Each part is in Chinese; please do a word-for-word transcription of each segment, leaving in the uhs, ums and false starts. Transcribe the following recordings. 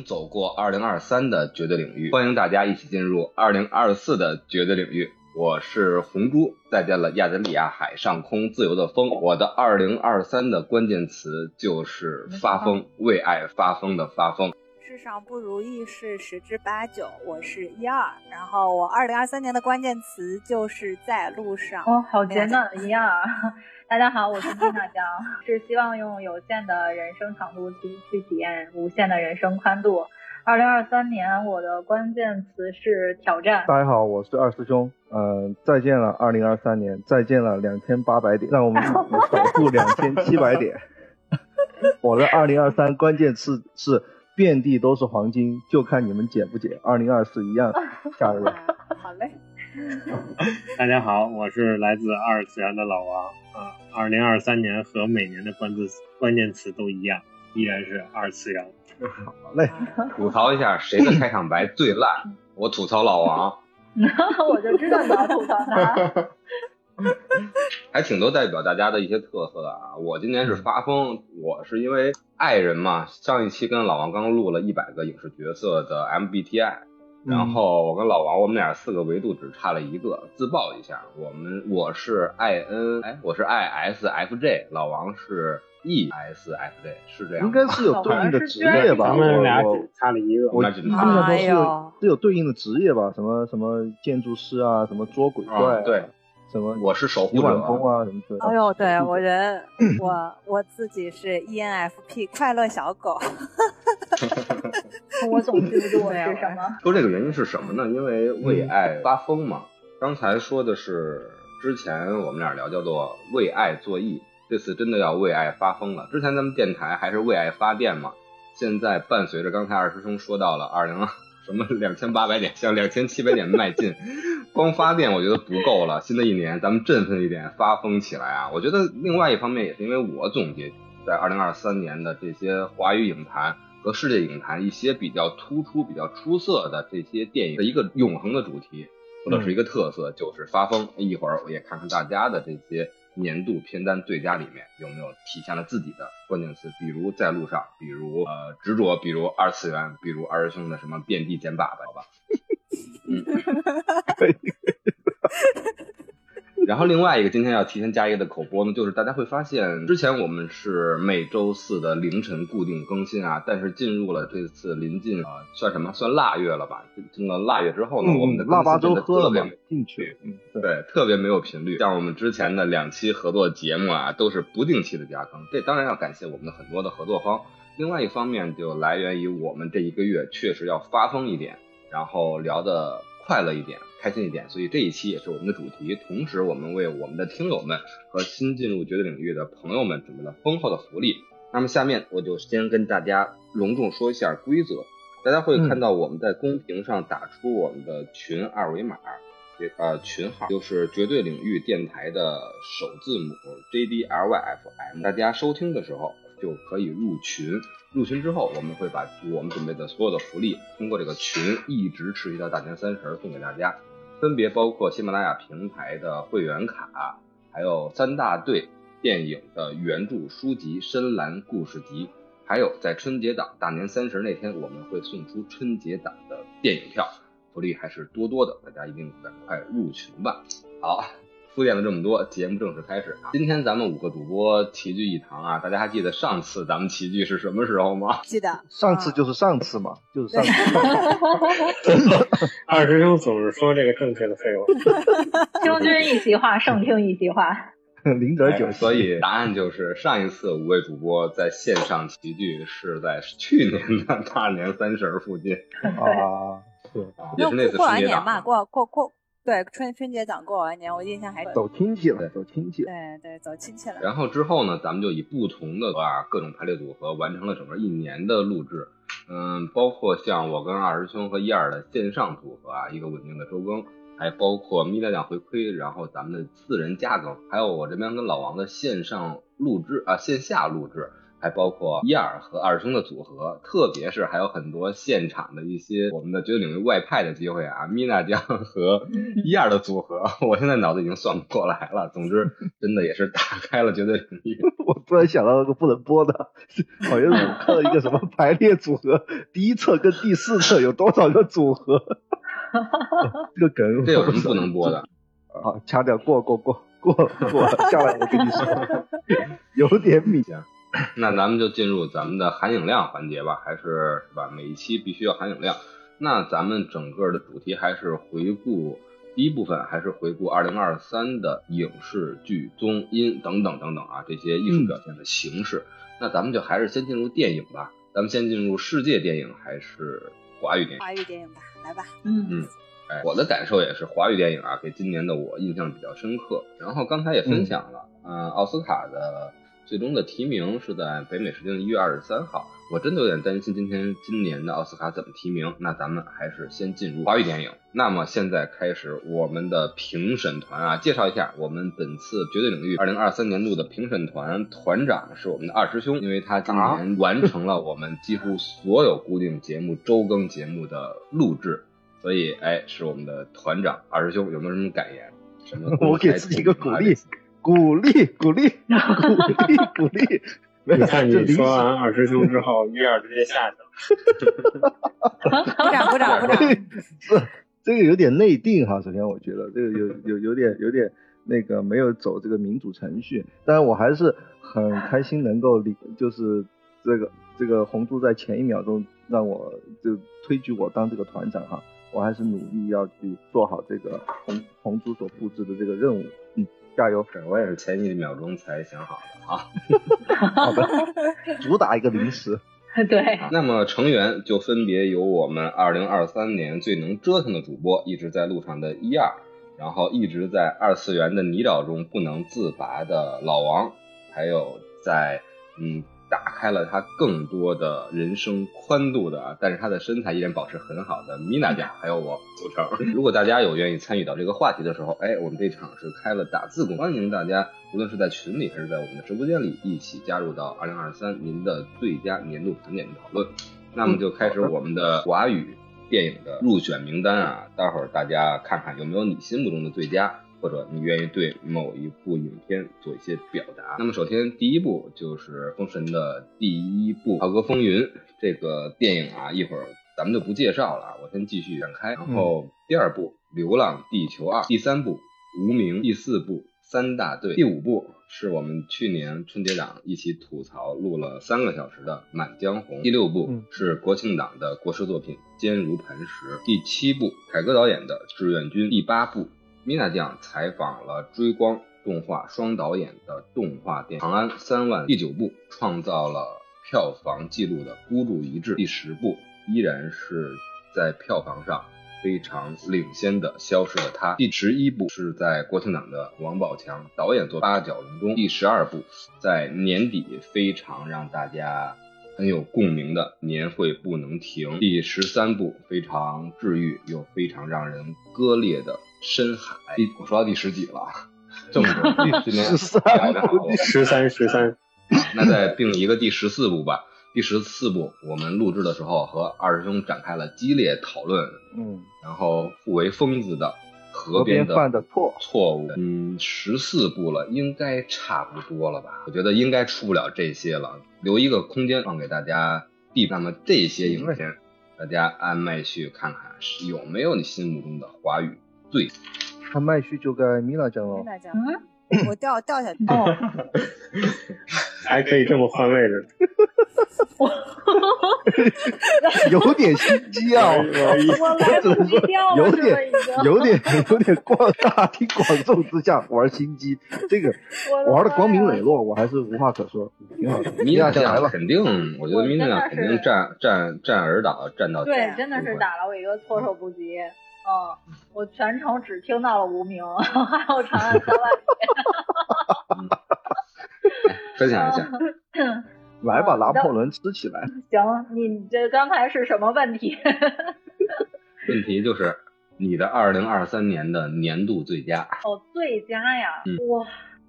同走过二零二三的绝对领域，欢迎大家一起进入二零二四的绝对领域。我是红猪，再见了亚得里亚海上空自由的风。我的二零二三的关键词就是发疯，为爱发疯的发疯。 世上不如意事十之八九，我是一二。然后我二零二三年的关键词就是在路上。 哦，好简短的一二。大家好，我是妮娜江，是希望用有限的人生长度去去体验无限的人生宽度。二零二三年我的关键词是挑战。 大家好，我是二师兄。嗯、呃，再见了二零二三年，再见了两千八百点，让我们守护两千七百点。我的二零二三关键词是遍地都是黄金，就看你们捡不捡。二零二四一样，下一位。 好嘞。 大家好，我是来自二次元的老王啊。二零二三年和每年的关键词关键词都一样，依然是二次元。 好嘞， 吐槽一下谁的开场白最烂？我吐槽老王。 我就知道你要吐槽他。 还挺多代表大家的一些特色的啊。我今年是发疯，我是因为爱人嘛，上一期跟老王刚录了一百个影视角色的 M B T I。然后我跟老王我们俩四个维度只差了一个，自曝一下，我们我是 I N 哎我是 I S F J， 老王是 E S F J， 是这样。 应该是有对应的职业吧？ 咱们俩只差了一个， 我记得都是有是有对应的职业吧？什么什么建筑师啊，什么捉鬼怪、啊嗯，对。 什么？ 我是守护者啊，什么之类的。 哎呦，对我人，我我自己是 E N F P 快乐小狗。 我总记不住我是什么。 说这个原因是什么呢？因为为爱发疯嘛。刚才说的是之前我们俩聊叫做为爱作义，这次真的要为爱发疯了。之前咱们电台还是为爱发电嘛，现在伴随着刚才二师兄说到了二零什么两千八百点向两千七百点迈进。光发电我觉得不够了，新的一年咱们振奋一点，发疯起来啊！我觉得另外一方面也是因为我总结在二零二三年的这些华语影坛和世界影坛一些比较突出比较出色的这些电影的一个永恒的主题或者是一个特色，就是发疯。一会儿我也看看大家的这些年度片单最佳里面有没有体现了自己的关键词，比如在路上，比如呃执着，比如二次元，比如二师兄的什么遍地捡粑粑，好吧。嗯，然后另外一个今天要提前加一个的口播呢，就是大家会发现之前我们是每周四的凌晨固定更新啊，但是进入了这次临近啊、呃、算什么算腊月了吧，进了腊月之后呢、嗯、我们的腊八粥喝了嘛进去， 嗯 对, 对特别没有频率，像我们之前的两期合作节目啊都是不定期的加更，这当然要感谢我们的很多的合作方。另外一方面就来源于我们这一个月确实要发疯一点，然后聊的快乐一点，开心一点，所以这一期也是我们的主题。同时我们为我们的听友们和新进入绝对领域的朋友们准备了丰厚的福利。那么下面我就先跟大家隆重说一下规则。大家会看到我们在公屏上打出我们的群二维码，呃，群号就是绝对领域电台的首字母 J D L Y F M， 大家收听的时候就可以入群。入群之后，我们会把我们准备的所有的福利通过这个群一直持续到大年三十送给大家，分别包括喜马拉雅平台的会员卡，还有三大队电影的原著书籍深蓝故事集，还有在春节档大年三十那天我们会送出春节档的电影票，福利还是多多的，大家一定赶快入群吧。好，铺垫了这么多，节目正式开始啊！今天咱们五个主播齐聚一堂啊，大家还记得上次咱们齐聚是什么时候吗？ 记得， 上次就是上次嘛，就是上次。 二师兄总是说这个正确的废话。 兄君一席话，胜听一席话。 零点九， 所以答案就是上一次五位主播在线上齐聚是在去年的大年三十附近啊， 是也是那次春节档嘛，过过过。对，春春节档过完年，我印象还走亲戚了，走亲戚。 对对，走亲戚了。 然后之后呢，咱们就以不同的啊各种排列组合，完成了整个一年的录制。嗯，包括像我跟二师兄和一二的线上组合啊，一个稳定的周更，还包括咪大酱回归，然后咱们的四人加更，还有我这边跟老王的线上录制啊，线下录制， 还包括一二和二师兄的组合，特别是还有很多现场的一些我们的绝对领域外派的机会啊，米娜酱和一二的组合，我现在脑子已经算不过来了。总之，真的也是打开了绝对领域。 我突然想到那个不能播的，好像是我看到一个什么排列组合，第一册跟第四册有多少个组合？这个梗这有什么不能播的？ 好，掐掉，过过过过过，下来我跟你说，有点米。 那咱们就进入咱们的含饮量环节吧，还是是吧？每一期必须要含饮量。那咱们整个的主题还是回顾第一部分，还是回顾二零二三的影视剧、综音等等等等啊这些艺术表现的形式。嗯、那咱们就还是先进入电影吧。咱们先进入世界电影还是华语电影？ 华语电影吧，来吧。 嗯嗯。哎，我的感受也是华语电影啊，给今年的我印象比较深刻。然后刚才也分享了，嗯，呃、奥斯卡的最终的提名是在北美时间的一月二十三号。我真的有点担心今天今年的奥斯卡怎么提名。那咱们还是先进入华语电影。那么现在开始我们的评审团啊，介绍一下我们本次绝对领域二零二三年度的评审团，团长是我们的二师兄，因为他今年完成了我们几乎所有固定节目周更节目的录制。所以，哎，是我们的团长二师兄，有没有什么感言？什么？ 我给自己一个鼓励，鼓励，鼓励，鼓励，鼓励。 你看你说完二师兄之后，一二直接下去了。 鼓掌，鼓掌，鼓掌。 是这个有点内定哈。首先，我觉得这个有有有点有点那个没有走这个民主程序，但是我还是很开心能够理，就是这个这个红猪在前一秒钟让我就推举我当这个团长哈。我还是努力要去做好这个红红猪所布置的这个任务，嗯，加油！ 是我也是前一秒钟才想好的啊。 好的，主打一个临时。 对。 那么成员就分别由我们二零二三年最能折腾的主播，一直在路上的一二，然后一直在二次元的泥沼中不能自拔的老王，还有在嗯。打开了他更多的人生宽度的啊，但是他的身材依然保持很好的米娜酱，还有我组成。如果大家有愿意参与到这个话题的时候，哎，我们这场是开了打字功，欢迎大家无论是在群里还是在我们的直播间里一起加入到二零二三您的最佳年度盘点的讨论。那么就开始我们的华语电影的入选名单啊，待会儿大家看看有没有你心目中的最佳，或者你愿意对某一部影片做一些表达。那么首先第一部就是封神的第一部《豪格风云》这个电影啊，一会儿咱们就不介绍了，我先继续展开。然后第二部《流浪地球二》，第三部《无名》，第四部三大队，第五部是我们去年春节档一起吐槽录了三个小时的《满江红》，第六部是国庆档的国师作品《坚如磐石》，第七部凯歌导演的《志愿军》，第八部米娜酱采访了追光动画双导演的动画电影《长安三万》，第九部创造了票房纪录的《孤注一掷》，第十部依然是在票房上非常领先的《消失的她》，第十一部是在国庆档的王宝强导演作《八角笼中》，第十二部在年底非常让大家很有共鸣的《年会不能停》，第十三部非常治愈又非常让人割裂的深海。第我说到第十几了，这么多，第十三部， 十三十三。 那再并一个第十四部吧。第十四部我们录制的时候和二师兄展开了激烈讨论， 嗯， 然后互为疯子的河边的犯的错错误。嗯，十四部了，应该差不多了吧？我觉得应该出不了这些了，留一个空间放给大家地。那么这些影片，大家按麦序看看是有没有你心目中的华语最。 按麦序就该米娜讲了。 米娜讲，嗯，我掉掉下去。哦， 还可以这么换位的。 有点心机啊！ 我来不及掉了， 有点有点有点广大庭广众之下玩心机，这个玩的光明磊落，我还是无话可说，挺好的。 米娜酱来了，肯定，我觉得米娜酱肯定占占占尔岛，占到对，真的是打了我一个措手不及。嗯，我全程只听到了无名，还有长安三万里。 分享一下。 来吧，拿破仑吃起来。 行，你这刚才是什么问题？ 问题就是你的二零二三年的年度最佳。 哦，最佳呀， 嗯、 哇，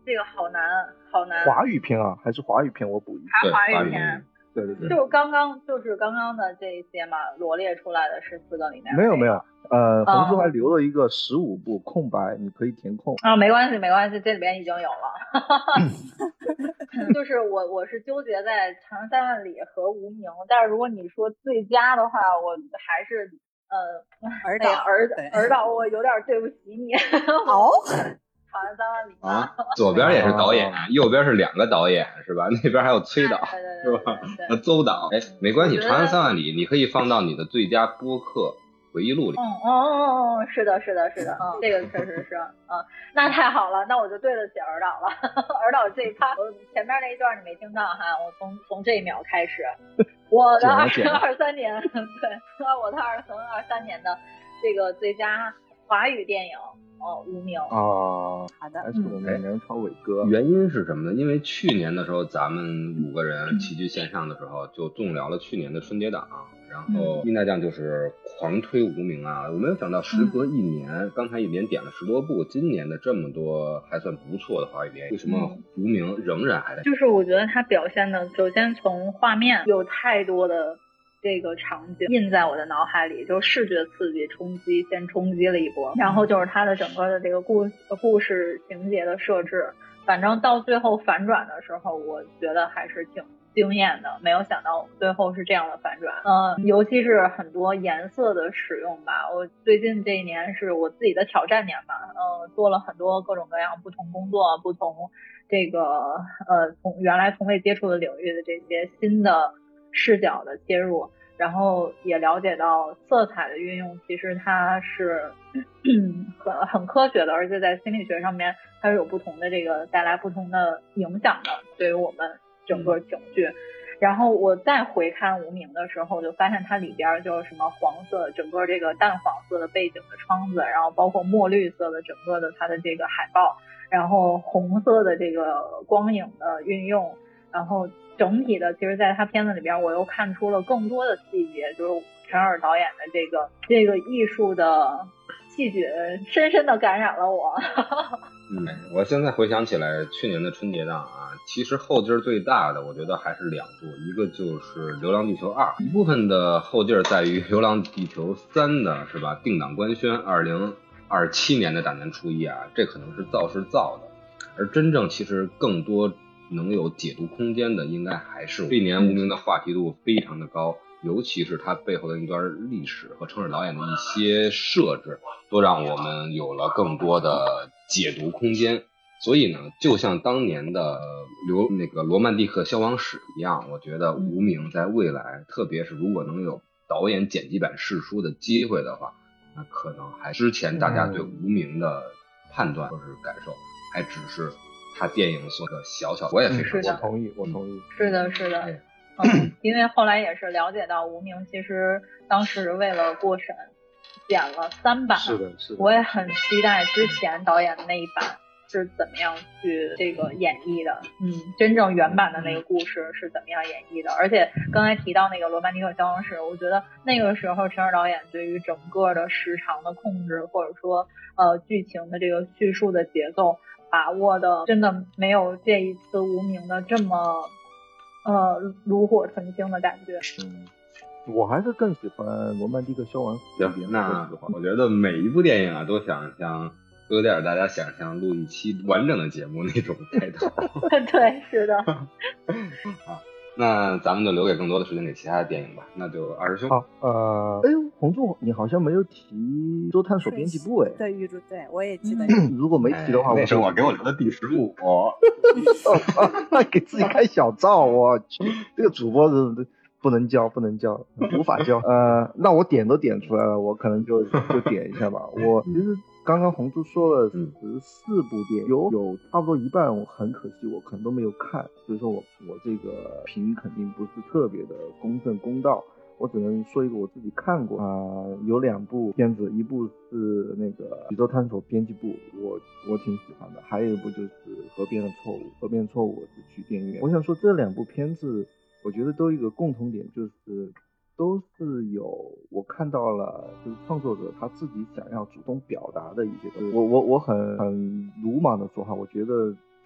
这个好难好难。 华语片啊，还是华语片？我补一还华语片。 对对对， 就是刚刚就是刚刚的这些嘛，罗列出来的十四个里面。 没有没有，呃，红猪还哦留了一个十五部空白，你可以填空。 啊，没关系没关系，这里边已经有了。就是我我是纠结在《长三万里》和《无名》，但是如果你说最佳的话，我还是呃尔导尔尔导，我有点对不起你。 哦。 长三万里啊，左边也是导演，右边是两个导演是吧？那边还有崔导是吧？那邹导，哎，没关系，《长安三万里》你可以放到你的最佳播客回忆录里。 嗯哦哦哦，是的，是的，是的，嗯，这个确实是，嗯，那太好了，那我就对得起尔导了。尔导这一趴，我前面那一段你没听到哈，我从从这一秒开始，我的二零二三年，对，我的二零二三年的这个最佳华语电影。哦，无名啊， 好的， 还是我们梁朝伟哥。 原因是什么呢？因为去年的时候，咱们五个人齐聚线上的时候，就纵聊了去年的春节档，然后丽娜酱就是狂推无名啊。我没有想到，时隔一年，嗯、刚才一连点了十多部，今年的这么多还算不错的华语电影，为什么无名仍然还在？ 就是我觉得它表现的，首先从画面有太多的。这个场景印在我的脑海里，就视觉刺激冲击，先冲击了一波，然后就是它的整个的这个故故事情节的设置，反正到最后反转的时候，我觉得还是挺惊艳的，没有想到最后是这样的反转。嗯，尤其是很多颜色的使用吧，我最近这一年是我自己的挑战年吧，嗯，做了很多各种各样不同工作，不同这个呃从原来从未接触的领域的这些新的视角的切入，然后也了解到色彩的运用其实它是很很科学的，而且在心理学上面它是有不同的这个带来不同的影响的，对于我们整个情绪。嗯、然后我再回看无名的时候，就发现它里边就是什么黄色，整个这个淡黄色的背景的窗子，然后包括墨绿色的整个的它的这个海报，然后红色的这个光影的运用，然后整体的其实在他片子里边我又看出了更多的细节，就是陈耳导演的这个这个艺术的气质深深的感染了我。 嗯，我现在回想起来去年的春节档啊，其实后劲儿最大的我觉得还是两部，一个就是《流浪地球二》，一部分的后劲儿在于《流浪地球三》的是吧定档官宣二零二七年的大年初一啊，这可能是造是造的，而真正其实更多能有解读空间的应该还是这年无名的话题度非常的高，尤其是它背后的一段历史和陈耳导演的一些设置都让我们有了更多的解读空间。所以呢就像当年的流那个罗曼蒂克消亡史一样，我觉得无名在未来特别是如果能有导演剪辑版释出的机会的话，那可能还之前大家对无名的判断或是感受还只是他电影所的小小，我也非常同意，我同意。 是的，是的，嗯，因为后来也是了解到无名其实当时为了过审剪了三版， 是的，是的。 我也很期待之前导演的那一版是怎么样去这个演绎的，嗯，真正原版的那个故事是怎么样演绎的。而且刚才提到那个罗曼蒂克消亡史，我觉得那个时候陈耳导演对于整个的时长的控制，或者说呃剧情的这个叙述的节奏把握的真的没有这一次无名的这么呃炉火纯青的感觉。 嗯，我还是更喜欢罗曼蒂克消亡史。 行，那我觉得每一部电影啊都想像都有点大家想象录一期完整的节目那种开头。 对，是的。 好，那咱们就留给更多的时间给其他的电影吧。那就二师兄。 好，呃，哎呦，红柱，你好像没有提周探索编辑部哎。 对，预祝，对我也记得。 如果没提的话， 哎、那是我给我留的第十五。 给自己开小灶，我去，这个主播是不能教，不能教，无法教。呃，那我点都点出来了，我可能就就点一下吧。我其实刚刚红珠说了十四部电影，有有差不多一半，我很可惜我可能都没有看，所以说我我这个评肯定不是特别的公正公道。我只能说一个我自己看过啊、呃，有两部片子，一部是那个宇宙探索编辑部，我我挺喜欢的，还有一部就是河边的错误，河边错误我是去电影院。我想说这两部片子，我觉得都有一个共同点，就是都是有我看到了，就是创作者他自己想要主动表达的一些东西。我我我很很鲁莽的说哈，我觉得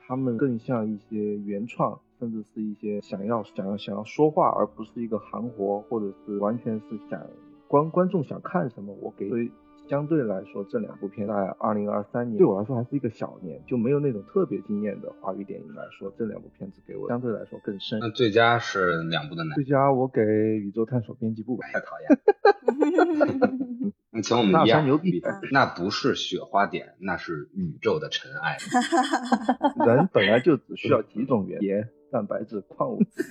他们更像一些原创，甚至是一些想要想要想要说话，而不是一个行活，或者是完全是想观观众想看什么我给。所以相对来说，这两部片在二零二三年对我来说还是一个小年，就没有那种特别惊艳的华语电影来说，这两部片子给我相对来说更深。 那最佳是两部的哪？ 最佳我给宇宙探索编辑部吧。 太讨厌。那请我们一样牛逼， 那不是雪花点，那是宇宙的尘埃。 人本来就只需要几种元素：盐、蛋白质、矿物质。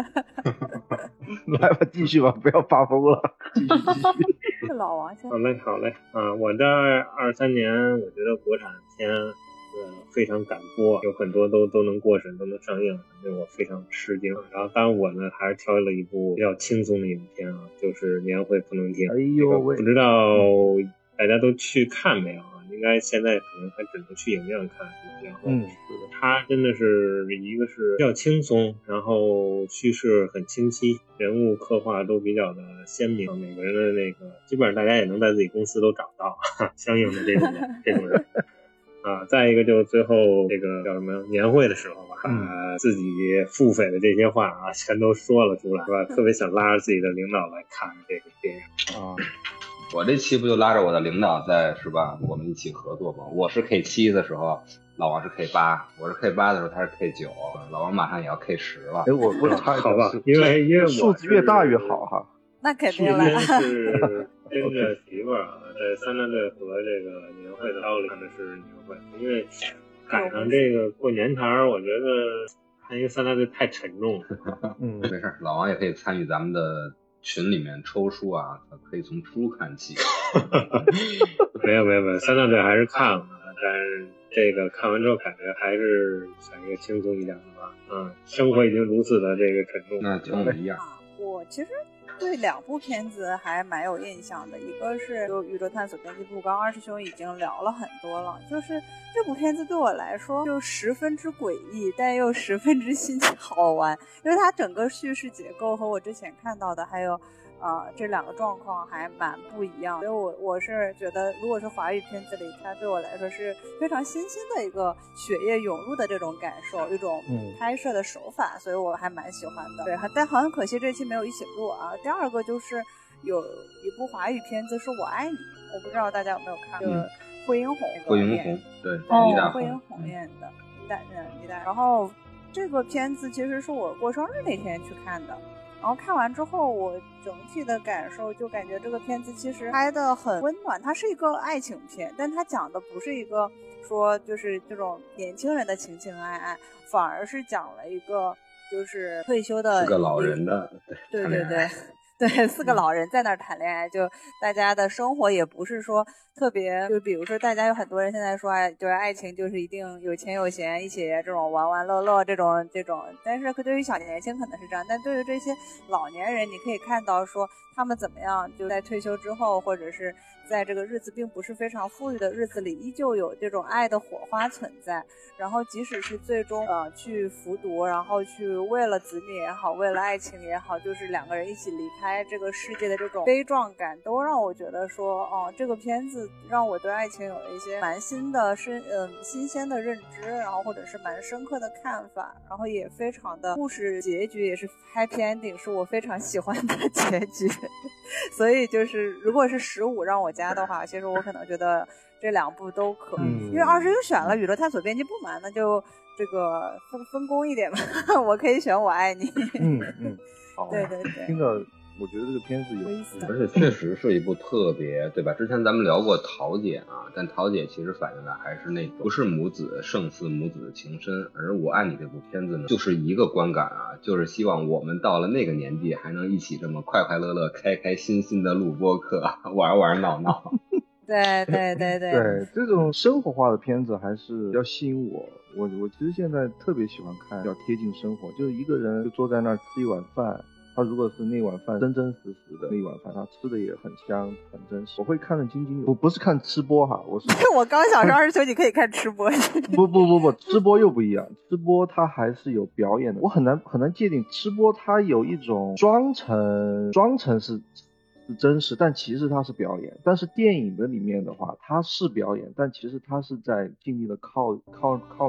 来吧，继续吧，不要发疯了，继续继续。 老王先。 好嘞，好嘞，啊，我在二三年，我觉得国产片，呃，非常敢播，有很多都都能过审，都能上映，令我非常吃惊。然后，当然我呢还是挑了一部比较轻松的影片啊，就是《年会不能停》。 哎呦喂， 不知道大家都去看没有啊？应该现在可能还只能去影院看。然后， 嗯， 它真的是一个是比较轻松，然后叙事很清晰，人物刻画都比较的鲜明，每个人的那个基本上大家也能在自己公司都找到相应的这种人这种人啊。再一个就最后这个叫什么年会的时候吧，啊，自己腹诽的这些话啊，全都说了出来，是吧？特别想拉着自己的领导来看这个电影啊。我这期不就拉着我的领导在是吧？我们一起合作吗？我是 K 七 的时候，老王是 K 八， 我是 K 八 的时候他是 K 九， 老王马上也要 K 十 了。 哎，我我插一好吧，因为因为数字越大越好哈。 那肯定了。 是跟着媳妇儿啊，在三大队和这个年会的道理看的是年会，因为赶上这个过年前，我觉得看一个三大队太沉重了。 嗯，没事，老王也可以参与咱们的群里面抽书啊，可以从书看起。 没有没有没有，三大队还是看了，但是这个看完之后感觉还是想一个轻松一点的吧。嗯，生活已经如此的这个沉重。 那跟我们一样。 我其实对两部片子还蛮有印象的，一个是就宇宙探索编辑部，刚二师兄已经聊了很多了，就是这部片子对我来说就十分之诡异，但又十分之新奇好玩，因为它整个叙事结构和我之前看到的还有呃，这两个状况还蛮不一样，所以我我是觉得，如果是华语片子里，它对我来说是非常新鲜的一个血液涌入的这种感受，一种拍摄的手法，嗯、所以我还蛮喜欢的。对，但很可惜这期没有一起录啊。第二个就是有一部华语片子是我爱你，我不知道大家有没有看，就是惠英红， 惠英红，对， 哦，惠英红演的，一代嗯一代。然后这个片子其实是我过生日那天去看的。然后看完之后，我整体的感受就感觉这个片子其实拍得很温暖，它是一个爱情片，但它讲的不是一个说就是这种年轻人的情情爱爱，反而是讲了一个就是退休的四个老人的， 对对对对，四个老人在那儿谈恋爱，就大家的生活也不是说特别，就比如说大家有很多人现在说爱，就是爱情就是一定有钱有闲一起这种玩玩乐乐这种这种，但是对于小年轻可能是这样，但对于这些老年人，你可以看到说他们怎么样就在退休之后，或者是在这个日子并不是非常富裕的日子里，依旧有这种爱的火花存在。然后即使是最终呃去服毒，然后去为了子女也好，为了爱情也好，就是两个人一起离开这个世界的这种悲壮感，都让我觉得说，哦，这个片子让我对爱情有一些蛮新的深呃新鲜的认知，然后或者是蛮深刻的看法，然后也非常的故事结局也是 happy ending， 是我非常喜欢的结局。所以就是如果是十五让我加的话，其实我可能觉得这两部都可以，嗯、因为二师兄选了宇宙探索编辑部嘛，那就这个分分工一点吧，我可以选我爱你。 嗯嗯，好， 对对对， 听着我觉得这个片子有意思， 而且确实是一部特别，对吧？之前咱们聊过桃姐啊，但桃姐其实反映的还是那种不是母子胜似母子的情深，而我爱你这部片子呢，就是一个观感啊，就是希望我们到了那个年纪还能一起这么快快乐乐、开开心心的录播客，玩玩闹闹。 对对对对对，这种生活化的片子还是比较吸引我。我我其实现在特别喜欢看比较贴近生活，就是一个人就坐在那儿吃一碗饭。他如果是那碗饭真真实实的那一碗饭，他吃的也很香很真实，我会看得津津有味。我不是看吃播哈，我是我刚想说二师兄你可以看吃播。 不不不不，吃播又不一样，吃播它还是有表演的，我很难很难界定吃播它有一种装成装成是是真实，但其实它是表演。但是电影的里面的话，它是表演，但其实它是在尽力的靠靠靠拢一种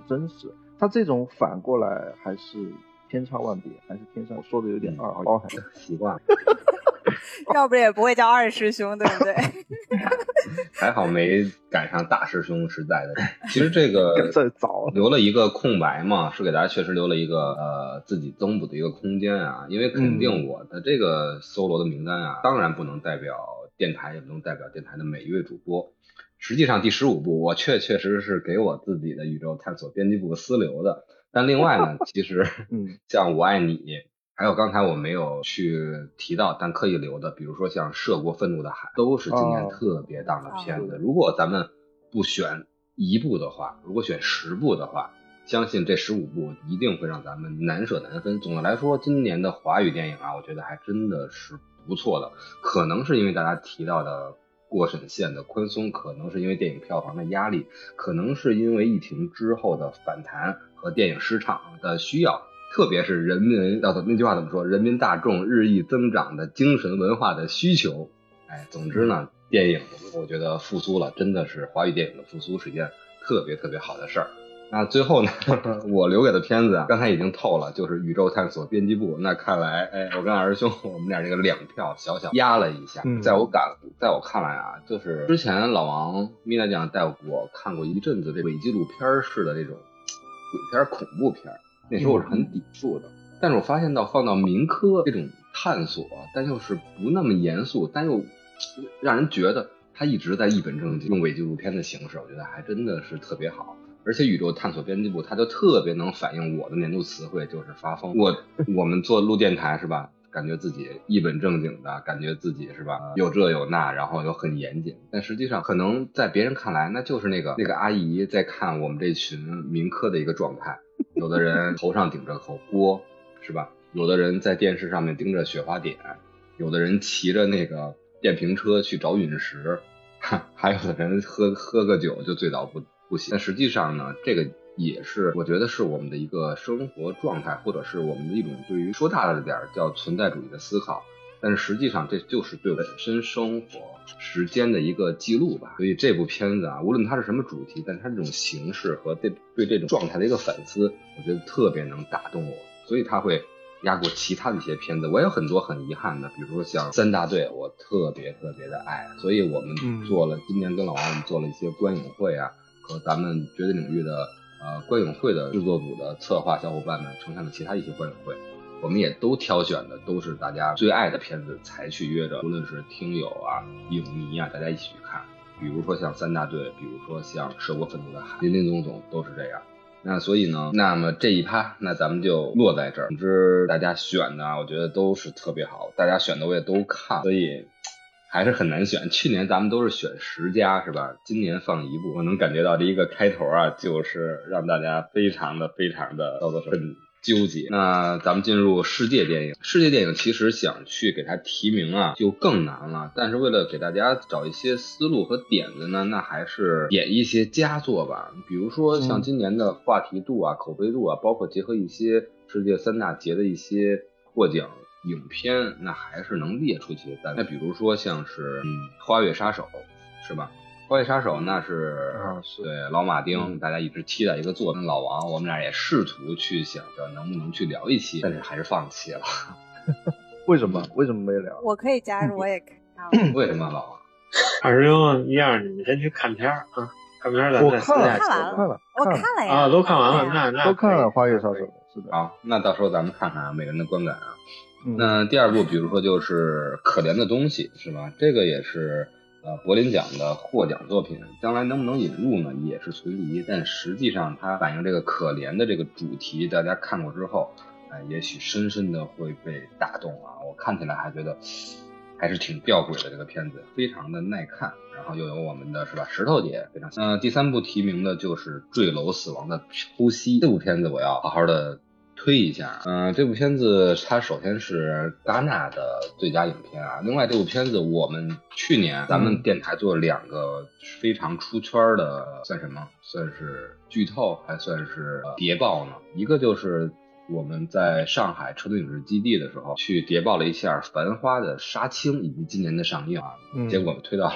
真实。他这种反过来还是天差万别，还是天上说的有点二，包含习惯了。 要不然也不会叫二师兄，对不对？ 还好没赶上大师兄时代的。其实这个这早留了一个空白嘛，是给大家确实留了一个呃自己增补的一个空间啊。因为肯定我的这个搜罗的名单啊，当然不能代表电台，也不能代表电台的每一位主播。实际上第十五部我确确实是给我自己的宇宙探索编辑部私留的。但另外呢，其实像我爱你。还有刚才我没有去提到但刻意留的，比如说像涉过愤怒的海，都是今年特别大的片子、哦、如果咱们不选一部的话，如果选十部的话，相信这十五部一定会让咱们难舍难分。总的来说今年的华语电影啊，我觉得还真的是不错的。可能是因为大家提到的过审线的宽松，可能是因为电影票房的压力，可能是因为疫情之后的反弹和电影市场的需要，特别是人民要那句话怎么说，人民大众日益增长的精神文化的需求。哎，总之呢，电影我觉得复苏了，真的是华语电影的复苏是一件特别特别好的事儿。那最后呢，我留给的片子啊，刚才已经透了，就是宇宙探索编辑部。那看来，哎，我跟二师兄我们俩这个两票小小压了一下。在我感，在我看来啊，就是之前老王米娜酱带我看过一阵子这伪纪录片式的这种鬼片恐怖片。那时候我是很抵触的，但是我发现到放到民科这种探索，但又是不那么严肃，但又让人觉得他一直在一本正经用伪纪录片的形式，我觉得还真的是特别好。而且宇宙探索编辑部它就特别能反映我的年度词汇，就是发疯。我我们做录电台是吧，感觉自己一本正经的，感觉自己是吧有这有那，然后又很严谨，但实际上可能在别人看来那就是那个那个阿姨在看我们这群民科的一个状态。有的人头上顶着口锅是吧，有的人在电视上面盯着雪花点，有的人骑着那个电瓶车去找陨石，还有的人喝喝个酒就醉倒不不行。但实际上呢，这个也是我觉得是我们的一个生活状态，或者是我们的一种对于说大了点叫存在主义的思考。但是实际上这就是对本身生活时间的一个记录吧。所以这部片子啊，无论它是什么主题，但它这种形式和对对这种状态的一个反思，我觉得特别能打动我，所以它会压过其他的一些片子。我有很多很遗憾的，比如说像三大队，我特别特别的爱，所以我们做了、嗯、今年跟老王我们做了一些观影会啊，和咱们绝对领域的呃观影会的制作组的策划小伙伴们呈现了其他一些观影会。我们也都挑选的都是大家最爱的片子才去约着，无论是听友啊影迷啊大家一起去看，比如说像三大队，比如说像涉过愤怒的海，林林总总都是这样。那所以呢，那么这一趴那咱们就落在这儿。总之大家选的我觉得都是特别好，大家选的我也都看，所以还是很难选。去年咱们都是选十佳是吧，今年放一部，我能感觉到这一个开头啊，就是让大家非常的非常的叫做很纠结。那咱们进入世界电影，世界电影其实想去给它提名啊就更难了，但是为了给大家找一些思路和点子呢，那还是演一些佳作吧。比如说像今年的话题度啊、口碑度啊，包括结合一些世界三大节的一些获奖影片，那还是能列出一些单。那比如说像是嗯花月杀手是吧，花月杀手那是、啊、是对老马丁、嗯、大家一直期待一个作品，老王我们俩也试图去想着能不能去聊一期，但是还是放弃了。 为什么为什么没聊？ 我可以加入，我也看。 为什么老王？ 二师兄一样，你们先去看片啊，看片咱再私下看完了， 看了， 我看了呀， 啊，都看完了，那那都看了花月杀手，是的。 好，那到时候咱们看看每个人的观感啊。嗯、那第二部比如说就是可怜的东西是吧，这个也是呃柏林奖的获奖作品，将来能不能引入呢也是存疑，但实际上它反映这个可怜的这个主题，大家看过之后呃也许深深的会被打动啊。我看起来还觉得还是挺吊诡的，这个片子非常的耐看，然后又有我们的是吧石头姐非常呃第三部提名的就是坠楼死亡的呼吸，这部片子我要好好的推一下。嗯、呃，这部片子它首先是戛纳的最佳影片啊，另外这部片子我们去年咱们电台做两个非常出圈的，算什么算是剧透还算是谍报呢，一个就是我们在上海车队影视基地的时候去谍报了一下繁花的杀青以及今年的上映啊，嗯、结果推到了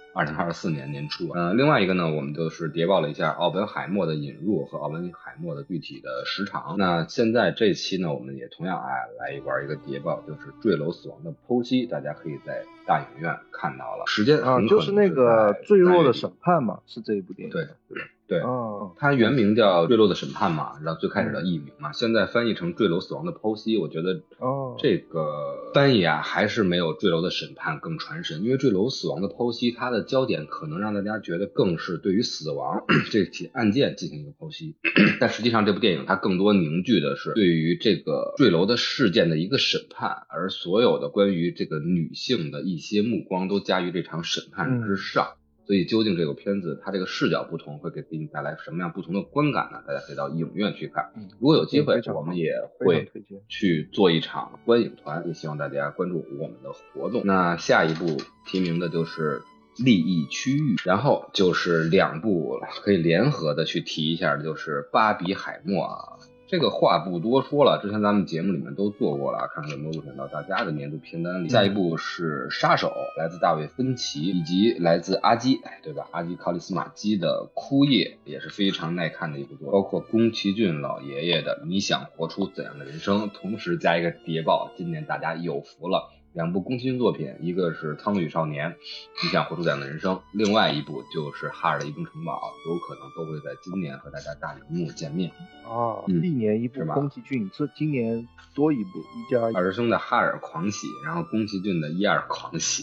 二零二四年年初。呃，另外一个呢，我们就是谍报了一下奥本海默的引入和奥本海默的具体的时长。那现在这期呢，我们也同样哎来玩一个谍报，就是坠楼死亡的剖析，大家可以在大影院看到了。时间啊，就是那个坠落的审判嘛，是这一部电影。 对对对， 哦， 它原名叫《坠落的审判》嘛，然后最开始的译名嘛，现在翻译成《坠楼死亡的剖析》，我觉得哦，这个翻译啊还是没有《坠楼的审判》更传神，因为《坠楼死亡的剖析》它的焦点可能让大家觉得更是对于死亡这起案件进行一个剖析，但实际上这部电影它更多凝聚的是对于这个坠楼的事件的一个审判，而所有的关于这个女性的一些目光都加于这场审判之上。嗯，所以究竟这个片子它这个视角不同会给你带来什么样不同的观感呢？大家可以到影院去看。如果有机会我们也会去做一场观影团，也希望大家关注我们的活动。那下一部提名的就是利益区域，然后就是两部可以联合的去提一下，就是巴比海默啊。这个话不多说了，之前咱们节目里面都做过了，看看有没有入选到大家的年度片单里。下一部是杀手，来自大卫芬奇，以及来自阿基，对吧？阿基考利斯马基的枯叶也是非常耐看的一部作，包括宫崎骏老爷爷的你想活出怎样的人生，同时加一个谍报，今年大家有福了。两部宫崎骏作品，一个是《苍鹭与少年》，你想活出这样的人生，另外一部就是《哈尔的移动城堡》，有可能都会在今年和大家大荧幕见面。 哦，嗯、历年一部宫崎骏，这今年多一部，一加一。 二师兄的《哈尔狂喜》，然后宫崎骏的《一二狂喜》。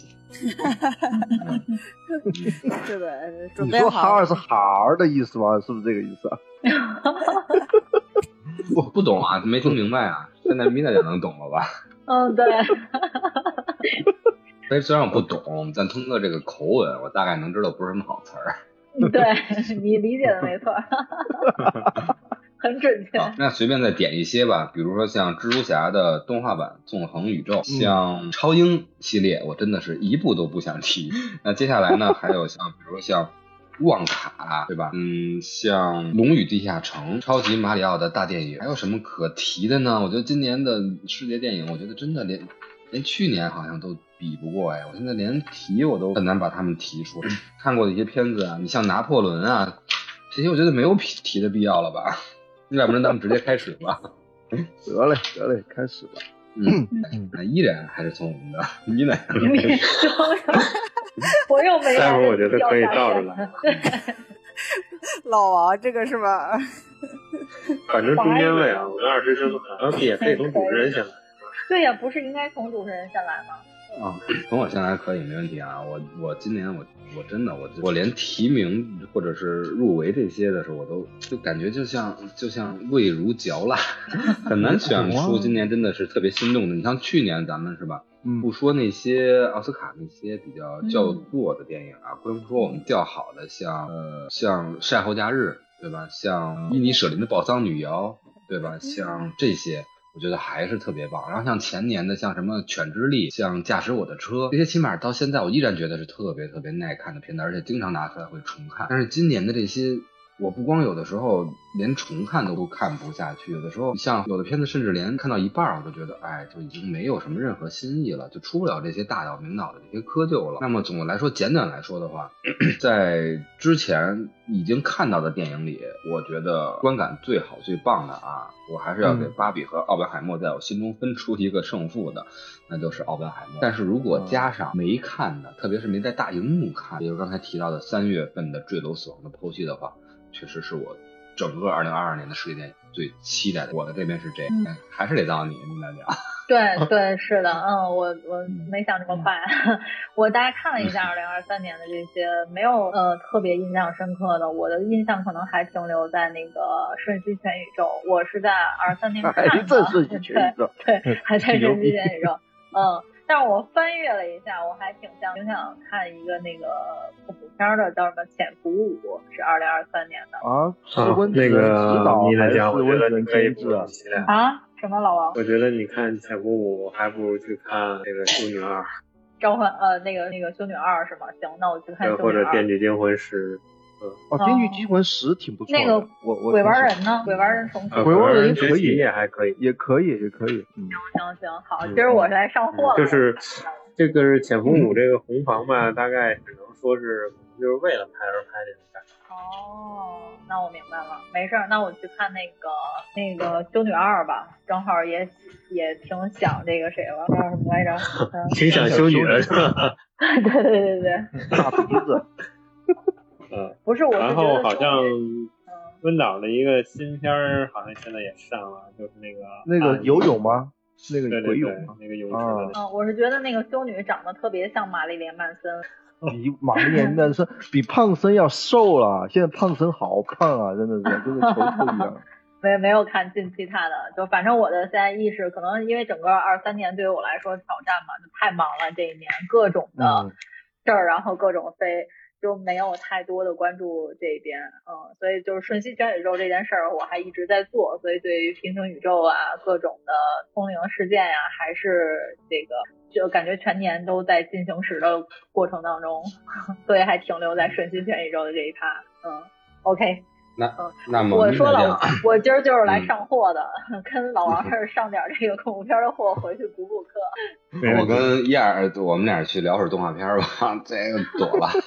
是的， 你说哈尔是哈尔的意思吗？是不是这个意思啊？ 我不懂啊，没听明白啊。现在米娜就能懂了吧？ 嗯，对。 所以虽然我不懂，但通过这个口吻，我大概能知道不是什么好词儿。 对，你理解的没错，很准确。 好，那随便再点一些吧，比如说像蜘蛛侠的动画版《纵横宇宙》，嗯，像超英系列，我真的是一部都不想提。那接下来呢，还有像比如说像旺卡，对吧？嗯，像《龙与地下城》、超级马里奥的大电影，还有什么可提的呢？我觉得今年的世界电影，我觉得真的连连去年好像都比不过哎，我现在连提我都很难把他们提出来。看过的一些片子啊，你像拿破仑啊，这些我觉得没有提的必要了吧？要不然咱们直接开始吧。 得嘞，得嘞，开始吧。 嗯，那依然还是从我们的依然。 你说说，我又没有。 待会儿我觉得可以倒着来。 老王，这个是吧？ 反正中间位啊，我跟二师兄好像也可以从主持人先来。 对呀，不是应该从主持人先来吗？ 啊，从我先来可以没问题啊。我我今年我我真的我我连提名或者是入围这些的时候，我都就感觉就像就像味如嚼蜡，很难选出今年真的是特别心动的。你像去年咱们是吧？嗯，不说那些奥斯卡那些比较叫座的电影啊，不用说我们较好的像呃像晒后假日，对吧？像伊尼舍林的宝藏女妖，对吧？像这些。我觉得还是特别棒，然后像前年的像什么犬之力，像驾驶我的车，这些起码到现在我依然觉得是特别特别耐看的片子，而且经常拿出来会重看。但是今年的这些，我不光有的时候连重看都看不下去，有的时候像有的片子甚至连看到一半我就觉得哎就已经没有什么任何新意了，就出不了这些大导名导的这些窠臼了。那么总的来说，简短来说的话，在之前已经看到的电影里，我觉得观感最好最棒的啊，我还是要给芭比和奥本海默在我心中分出一个胜负的，那就是奥本海默。但是如果加上没看的，特别是没在大荧幕看，比如刚才提到的三月份的坠楼死亡的剖析的话，确实是我整个二零二二年的世界电影最期待的。我的这边是这样，嗯、还是得到你们来讲。 对对，是的，嗯，我我没想这么快，嗯、我大概看了一下二零二三年的这些，没有呃特别印象深刻的，我的印象可能还停留在那个瞬息全宇宙，我是在二三年看的， 还在瞬息全宇宙， 对对，还在瞬息全宇宙，嗯。但是我翻阅了一下，我还挺想挺想看一个那个恐怖片的，叫什么《潜伏五》，是二零二三年的啊。是温子仁执导还是温子仁监制啊？啊？什么老王？ 我觉得你看《潜伏五》还不如去看那个《修女二》。 召唤呃那个那个修女二是吗？行，那我去看修女二。 或者《电锯惊魂十》。 嗯，哦，《电锯惊魂十》挺不错的。 那个我我鬼玩人呢？鬼玩人重启。 鬼玩人可以，也还可以， 也可以，也可以。嗯， 行行行，好，今儿我是来上货了。 就是这个是潜伏五这个红房吧，大概只能说是就是为了拍而拍这种感觉。 哦，那我明白了，没事儿，那我去看那个那个修女二吧，正好也也挺想这个谁了，叫什么来着？嗯、 挺想修女的是吧？ 对对对对， 大鼻子。 嗯， 不是，我是觉得然后好像嗯温岛的一个新片儿好像现在也上了，就是那个那个游泳吗？那个对对对鬼泳吗？ 那个泳池的啊嗯，我是觉得那个修女长得特别像玛丽莲曼森。 比玛丽莲曼森比胖森要瘦了，现在胖森好胖啊，真的是跟个球球一样。 没没有看近期他的，就反正我的现在意识可能因为整个二三年对于我来说挑战嘛，就太忙了，这一年各种的事儿，嗯、然后各种飞，就没有太多的关注这边，嗯，所以就是瞬息全宇宙这件事儿我还一直在做，所以对于平行宇宙啊各种的通灵事件呀、啊，还是这个就感觉全年都在进行时的过程当中，所以还停留在瞬息全宇宙的这一趴，嗯 ，OK。 那嗯， 那么我说了，我今儿就是来嗯上货的，跟老王这儿上点这个恐怖片的货，回去补补课。 我跟燕儿，我们俩去聊会儿动画片吧，这个躲了。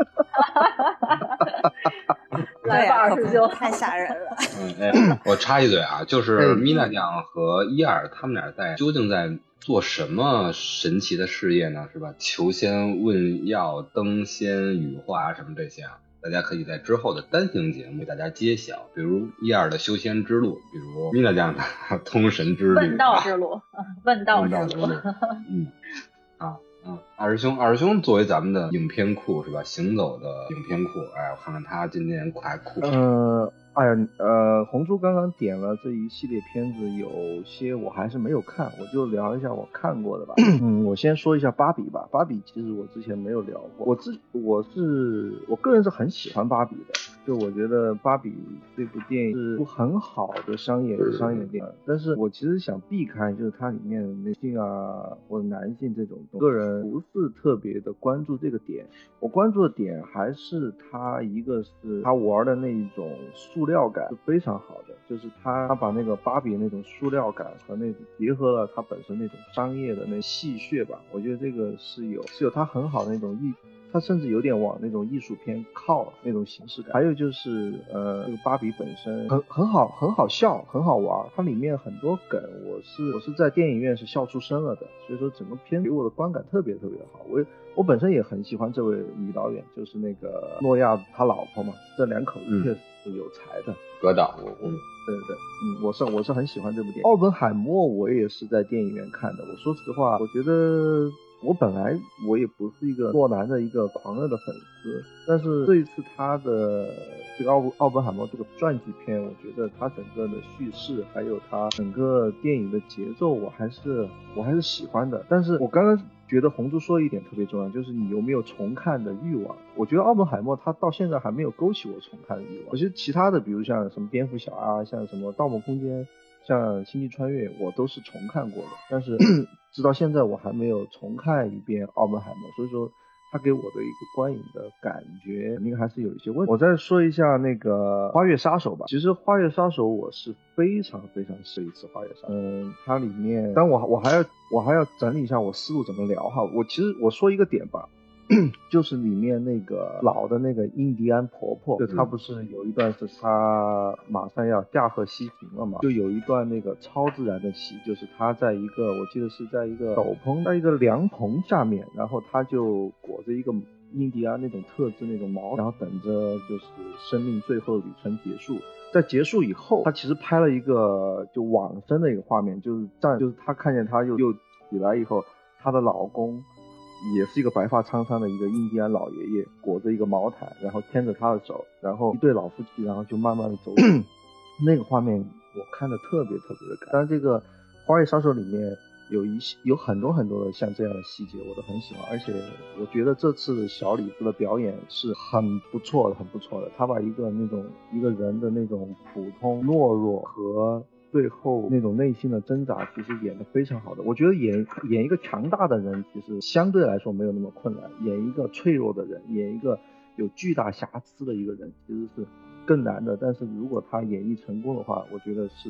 来吧，二师兄， 太吓人了。 嗯，哎，我插一嘴啊，就是米娜酱和伊尔他们俩在究竟在做什么神奇的事业呢？是吧？求仙问药、登仙羽化什么这些啊？大家可以在之后的单行节目给大家揭晓，比如伊尔的修仙之路，比如米娜酱的通神之旅， 问道之路，问道之路。 嗯，啊，嗯，二师兄，二师兄作为咱们的影片库是吧？行走的影片库，哎，我看看他今年快库。 呃，哎呀，呃，红猪刚刚点了这一系列片子，有些我还是没有看，我就聊一下我看过的吧。嗯，我先说一下芭比吧。芭比其实我之前没有聊过，我自我是我个人是很喜欢芭比的，就我觉得芭比这部电影是部很好的商业商业电影，但是我其实想避开就是它里面的女性啊或者男性这种，个人不是特别的关注这个点，我关注的点还是它一个是他玩的那一种塑料感是非常好的，就是他他把那个芭比那种塑料感和那种结合了他本身那种商业的那戏谑吧，我觉得这个是有是有他很好的那种艺，他甚至有点往那种艺术片靠那种形式感。还有就是呃这个芭比本身很很好很好笑很好玩，它里面很多梗我是我是在电影院是笑出声了的，所以说整个片给我的观感特别特别的好。我我本身也很喜欢这位女导演，就是那个诺亚他老婆嘛，这两口子确实是有才的。 葛导， 我我对对，嗯，我是我是很喜欢这部电影。奥本海默我也是在电影院看的。我说实话，我觉得我本来我也不是一个诺兰的一个狂热的粉丝，但是这一次他的这个奥奥本海默这个传记片，我觉得他整个的叙事还有他整个电影的节奏，我还是我还是喜欢的。但是我刚刚觉得红猪说一点特别重要，就是你有没有重看的欲望。我觉得奥本海默他到现在还没有勾起我重看的欲望。我觉得其他的比如像什么蝙蝠侠啊，像什么盗梦空间，像星际穿越，我都是重看过的，但是直到现在我还没有重看一遍奥本海默，所以说他给我的一个观影的感觉肯定还是有一些问题。我再说一下那个花月杀手吧。其实花月杀手我是非常非常试一次花月杀手，嗯，它里面但我我还要我还要整理一下我思路怎么聊哈。我其实我说一个点吧，就是里面那个老的那个印第安婆婆，就她不是有一段是她马上要驾鹤西行了嘛，就有一段那个超自然的戏，就是她在一个我记得是在一个斗篷在一个凉棚下面，然后她就裹着一个印第安那种特制那种毛，然后等着就是生命最后旅程结束。在结束以后，她其实拍了一个就往生的一个画面，就是站就是她看见她又又起来以后，她的老公也是一个白发苍苍的一个印第安老爷爷，裹着一个毛毯，然后牵着他的手，然后一对老夫妻，然后就慢慢的走那个画面我看的特别特别的感。当然这个花月杀手里面有一些有很多很多的像这样的细节我都很喜欢，而且我觉得这次小李子的表演是很不错的很不错的。他把一个那种一个人的那种普通懦弱和最后那种内心的挣扎其实演得非常好的。我觉得演演一个强大的人其实相对来说没有那么困难，演一个脆弱的人，演一个有巨大瑕疵的一个人其实是更难的。但是如果他演绎成功的话，我觉得是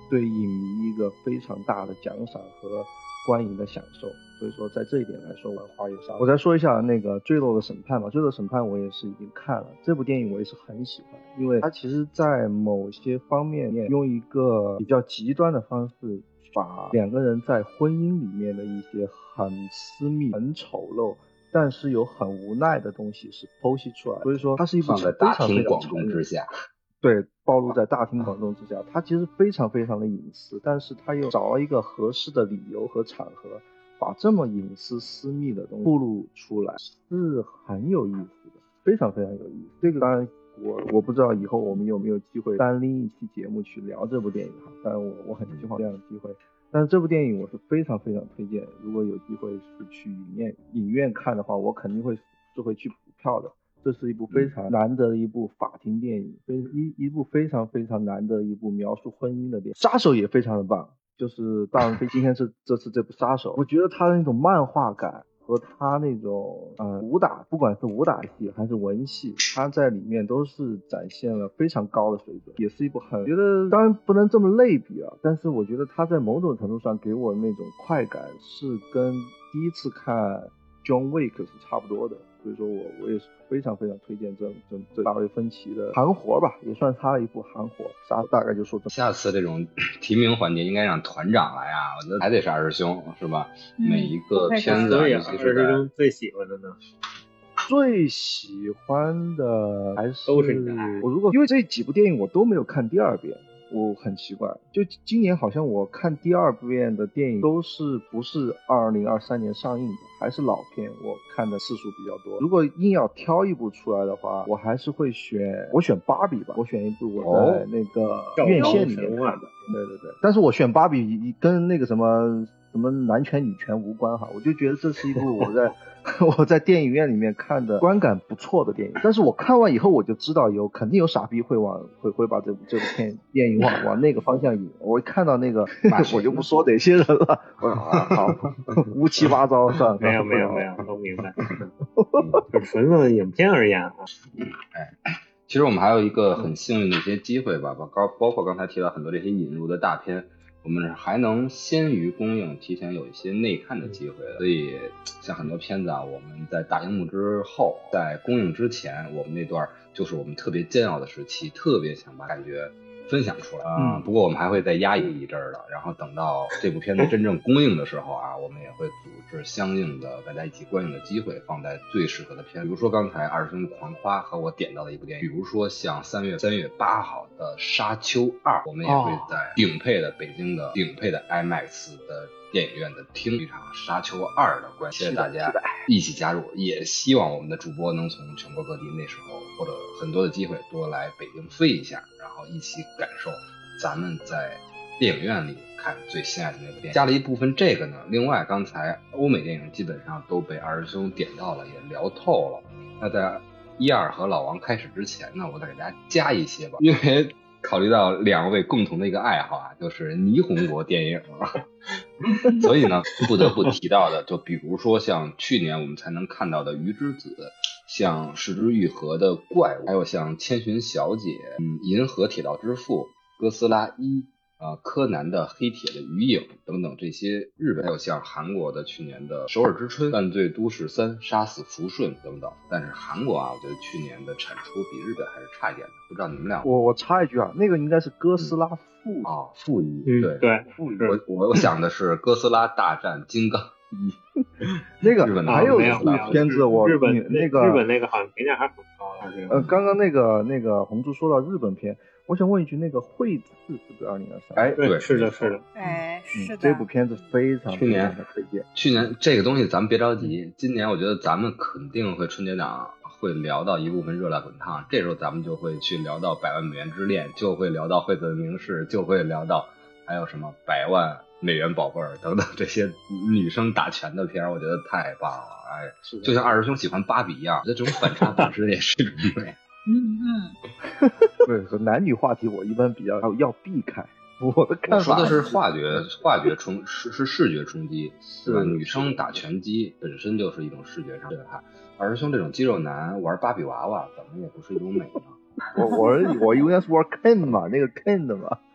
对影迷一个非常大的奖赏和观影的享受。所以说在这一点来说，我花月杀。我再说一下那个坠落的审判嘛，坠落审判我也是已经看了，这部电影我也是很喜欢，因为它其实在某些方面用一个比较极端的方式，把两个人在婚姻里面的一些很私密、很丑陋，但是有很无奈的东西是剖析出来，所以说它是一部放在大庭广众之下， 对，暴露在大庭广众之下，它其实非常非常的隐私，但是他又找了一个合适的理由和场合，把这么隐私私密的东西暴露出来，是很有意思的，非常非常有意思。这个当然我我不知道以后我们有没有机会单拎一期节目去聊这部电影哈，当然我我很希望这样的机会。但是这部电影我是非常非常推荐，如果有机会是去影院影院看的话，我肯定会是会去补票的。这是一部非常难得的一部法庭电影，非一一部非常非常难得的一部描述婚姻的电影。杀手也非常的棒，就是大文飞今天是这次这部杀手，我觉得他的那种漫画感和他那种呃武打，不管是武打戏还是文戏，他在里面都是展现了非常高的水准，也是一部很我觉得当然不能这么类比啊，但是我觉得他在某种程度上给我那种快感是跟第一次看 John Wick 是差不多的。所以说我我也是非常非常推荐这这这大卫芬奇的韩活吧，也算他的一部韩活。啥大概就说这么。 下次这种提名环节应该让团长来啊，我觉得还得是二师兄是吧？嗯、每一个片子， 尤其是二师兄最喜欢的呢。 最喜欢的还是都是你的爱。 我如果因为这几部电影我都没有看第二遍。我很奇怪，就今年好像我看第二遍的电影都是不是二零二三年上映的，还是老片，我看的次数比较多。如果硬要挑一部出来的话，我还是会选我选芭比吧，我选一部我在那个院线里面看的。哦、对对对，但是我选芭比跟那个什么什么男权女权无关哈，我就觉得这是一部我在我在电影院里面看的观感不错的电影，但是我看完以后我就知道有肯定有傻逼会往会会把这部这部片电影往往那个方向引。我一看到那个我就不说哪些人了，我说啊好乌七八糟算了。 没有没有没有，都明白。就纯论影片而言啊， 哎，其实我们还有一个很幸运的一些机会吧，包包括刚才提到很多这些引入的大片。我们还能先于公映，提前有一些内看的机会，所以像很多片子啊，我们在大荧幕之后，在公映之前，我们那段就是我们特别煎熬的时期，特别想把感觉分享出来啊、嗯。不过我们还会再压抑一阵儿的，然后等到这部片子真正公映的时候啊，我们也会组织相应的大家一起观影的机会，放在最适合的片子。比如说刚才二师兄狂夸和我点到的一部电影，比如说像三月三月八号的《沙丘二》，我们也会在顶配的北京的顶配的 IMAX 的电影院的听一场《沙丘二》的观影，谢谢大家一起加入，也希望我们的主播能从全国各地那时候或者很多的机会多来北京飞一下，然后一起感受咱们在电影院里看最心爱的那部电影。加了一部分这个呢，另外刚才欧美电影基本上都被二师兄点到了，也聊透了。那在一二和老王开始之前呢，我再给大家加一些吧，因为考虑到两位共同的一个爱好啊，就是霓虹国电影所以呢不得不提到的，就比如说像去年我们才能看到的《鱼之子》，像石之愈合的怪物，还有像千寻小姐、嗯，银河铁道之父、哥斯拉一、呃，柯南的黑铁的余影等等这些日本，还有像韩国的去年的首尔之春、犯罪都市三、杀死福顺等等。但是韩国啊，我觉得去年的产出比日本还是差一点的，不知道你们俩。 我我插一句啊，那个应该是哥斯拉负啊、哦，负一、 嗯， 对对， 负一。我我我想的是哥斯拉大战金刚一， 那个日本的还有一部片子我日本那个日本那个好像评价还很高的。 呃，刚刚那个那个红猪说到日本片。我想问一句，那个惠子是不是二零二三？ 哎，对， 是的，是的， 哎，是的、 嗯。这部片子非常去年的推荐。 去年这个东西咱们别着急，今年我觉得咱们肯定会春节档会聊到一部分热辣滚烫，这时候咱们就会去聊到百万美元之恋，就会聊到惠子凝视，就会聊到还有什么百万美元宝贝儿等等这些女生打拳的片，我觉得太棒了。哎，就像二师兄喜欢芭比一样，我觉得这种反差本身也是一种美。 嗯嗯， 对，男女话题我一般比较要避开。我的看法，我说的是化觉，化觉冲是是视觉冲击， 是吧？ 女生打拳击本身就是一种视觉上震撼，二师兄这种肌肉男玩芭比娃娃，怎么也不是一种美呢？ 我我我应该是玩 Ken 嘛，那个 Ken 的嘛。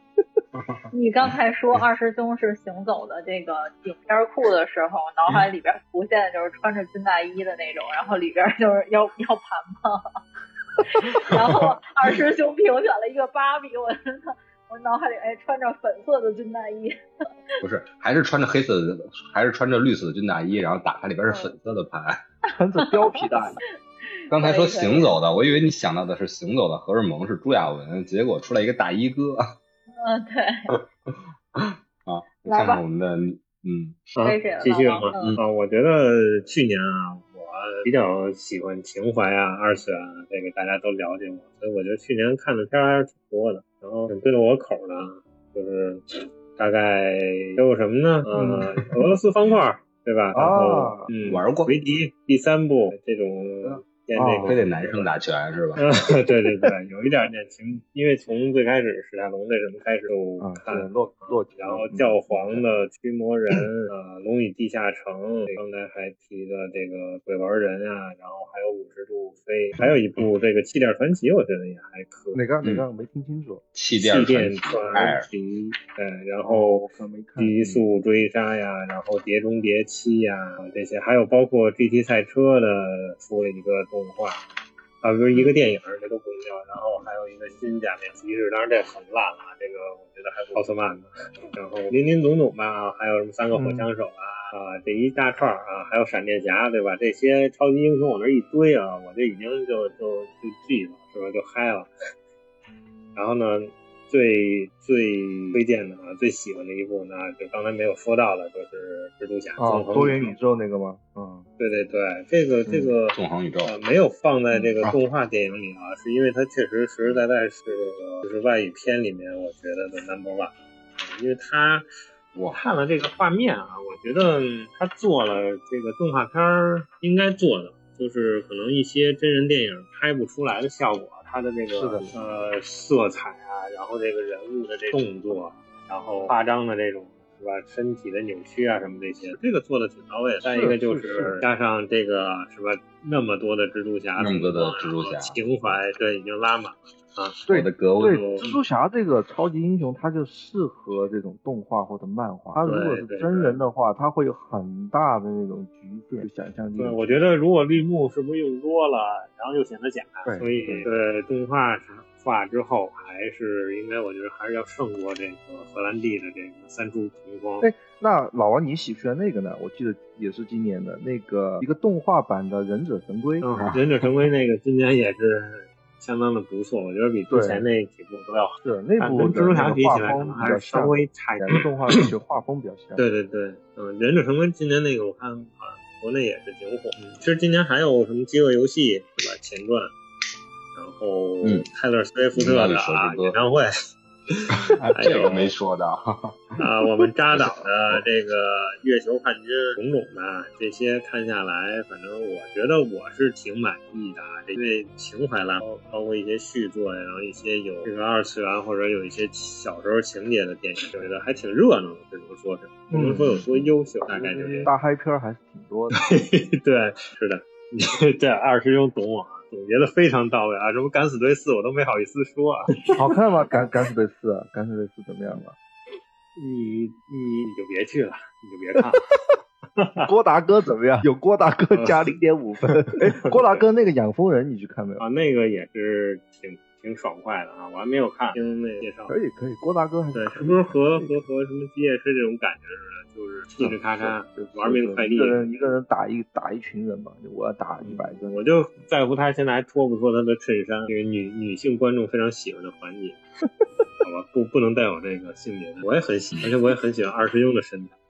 你刚才说二师兄是行走的这个影片库的时候，脑海里边浮现的就是穿着军大衣的那种，然后里边就是要要盘盘，然后二师兄评选了一个芭比，我真的我脑海里哎穿着粉色的军大衣， 不是，还是穿着黑色的，还是穿着绿色的军大衣，然后打开里边是粉色的盘， 穿着貂皮大衣。 刚才说行走的，我以为你想到的是行走的荷尔蒙是朱亚文，结果出来一个大衣哥。 嗯，对。 啊，看看我们的，嗯， 啊，继续嘛，嗯啊，我觉得去年啊，我比较喜欢情怀啊、二次元啊，这个大家都了解我，所以我觉得去年看的片还是挺多的。然后对我口的，就是大概都有什么呢？呃，俄罗斯方块，对吧？然后嗯， 玩过维迪第三部这种。 哦，非得男生打拳是吧？ 嗯，对对对，有一点点情，因为从最开始史泰龙那什么开始就看洛洛， 然后教皇的驱魔人啊，龙与地下城，刚才还提的这个鬼玩人啊，然后还有五十度飞，还有一部这个气垫传奇，我觉得也还可以。 哪个哪个没听清楚？ 气垫传奇，对，然后极速追杀呀，然后碟中谍七呀这些，还有包括 G T 赛车的出了一个动画啊，不是一个电影，这都不一样。然后还有一个新假面骑士，当然这很烂了，这个我觉得还不奥特曼呢。然后林林总总吧，还有什么三个火枪手啊、嗯、啊，这一大串啊，还有闪电侠，对吧？这些超级英雄往那一堆啊，我这已经就就就记了，是吧？就嗨了。然后呢？最最推荐的啊，最喜欢的一部呢，就刚才没有说到的，就是蜘蛛侠哦，多元宇宙那个吗？嗯， 对对对，这个这个纵横宇宙、 呃、没有放在这个动画电影里啊，是因为它确实实实在在是这个就是外语片里面我觉得的 number one， 因为它我看了这个画面啊，我觉得他做了这个动画片应该做的，就是可能一些真人电影拍不出来的效果。他的这个呃色彩啊，然后这个人物的这动作，然后夸张的这种是吧，身体的扭曲啊什么这些，这个做的挺到位的。再一个就是加上这个是吧，那么多的蜘蛛侠， 那么多的蜘蛛侠， 情怀对已经拉满了啊。 对的格物对，蜘蛛侠这个超级英雄，他就适合这种动画或者漫画。他如果是真人的话，他会有很大的那种局限想象力。 对，我觉得如果绿幕是不是用多了，然后又显得假，所以对动画化之后，还是应该我觉得还是要胜过这个荷兰弟的这个三处同框。 哎，那老王你喜欢那个呢？我记得也是今年的那个一个动画版的忍者神龟。 嗯，忍者神龟那个今年也是相当的不错，我觉得比之前那几部都要好。 是那部跟蜘蛛侠比起来，可能还是稍微差一点。 动画就画风比较像。 对对对，嗯，忍者神龟今年那个我看啊，国内也是挺火。嗯，其实今年还有什么饥饿游戏是吧？前传。然后，嗯，泰勒·斯威夫特的啊演唱会， 这个没说到啊，我们扎导的这个月球叛军，种种的这些看下来，反正我觉得我是挺满意的，因为情怀啦，包括一些续作呀，然后一些有这个二次元或者有一些小时候情节的电影，我觉得还挺热闹的，只能说是，不能说有多优秀，大概就是大嗨片还是挺多的。 对，是的，这二师兄懂我。总结的非常到位啊！什么敢死队四我都没好意思说啊。 好看吗？敢敢死队四，敢死队四怎么样吧？ 你你你就别去了，你就别看了。 郭达哥怎么样？有郭达哥加零点五分。哎，郭达哥那个养蜂人你去看没有？ 啊，那个也是挺挺爽快的啊，我还没有看，听那个介绍。 可以可以，郭达哥还对，是不是和和和什么机械师这种感觉似的？就是嘁哧咔嚓玩命快递， 一个人一个人打一打一群人嘛，我要打一百个人。 我就在乎他现在还脱不脱他的衬衫，这个女女性观众非常喜欢的环节，好吧，不不能带有这个性别的，我也很喜欢，而且我也很喜欢二师兄的身材。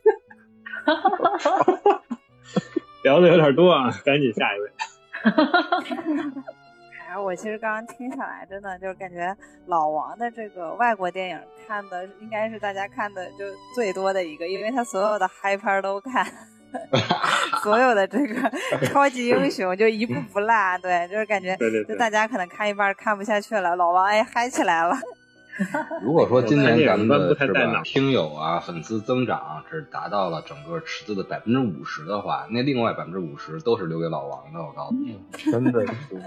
聊的有点多啊，赶紧下一位。 哎，我其实刚刚听下来，真的就是感觉老王的这个外国电影看的应该是大家看的就最多的一个，因为他所有的嗨片都看，所有的这个超级英雄就一部不落，对，就是感觉就大家可能看一半看不下去了，老王哎嗨起来了。 如果说今年咱们的是吧听友啊粉丝增长只达到了整个池子的百分之五十的话，那另外百分之五十都是留给老王的，我告诉你， 真的是。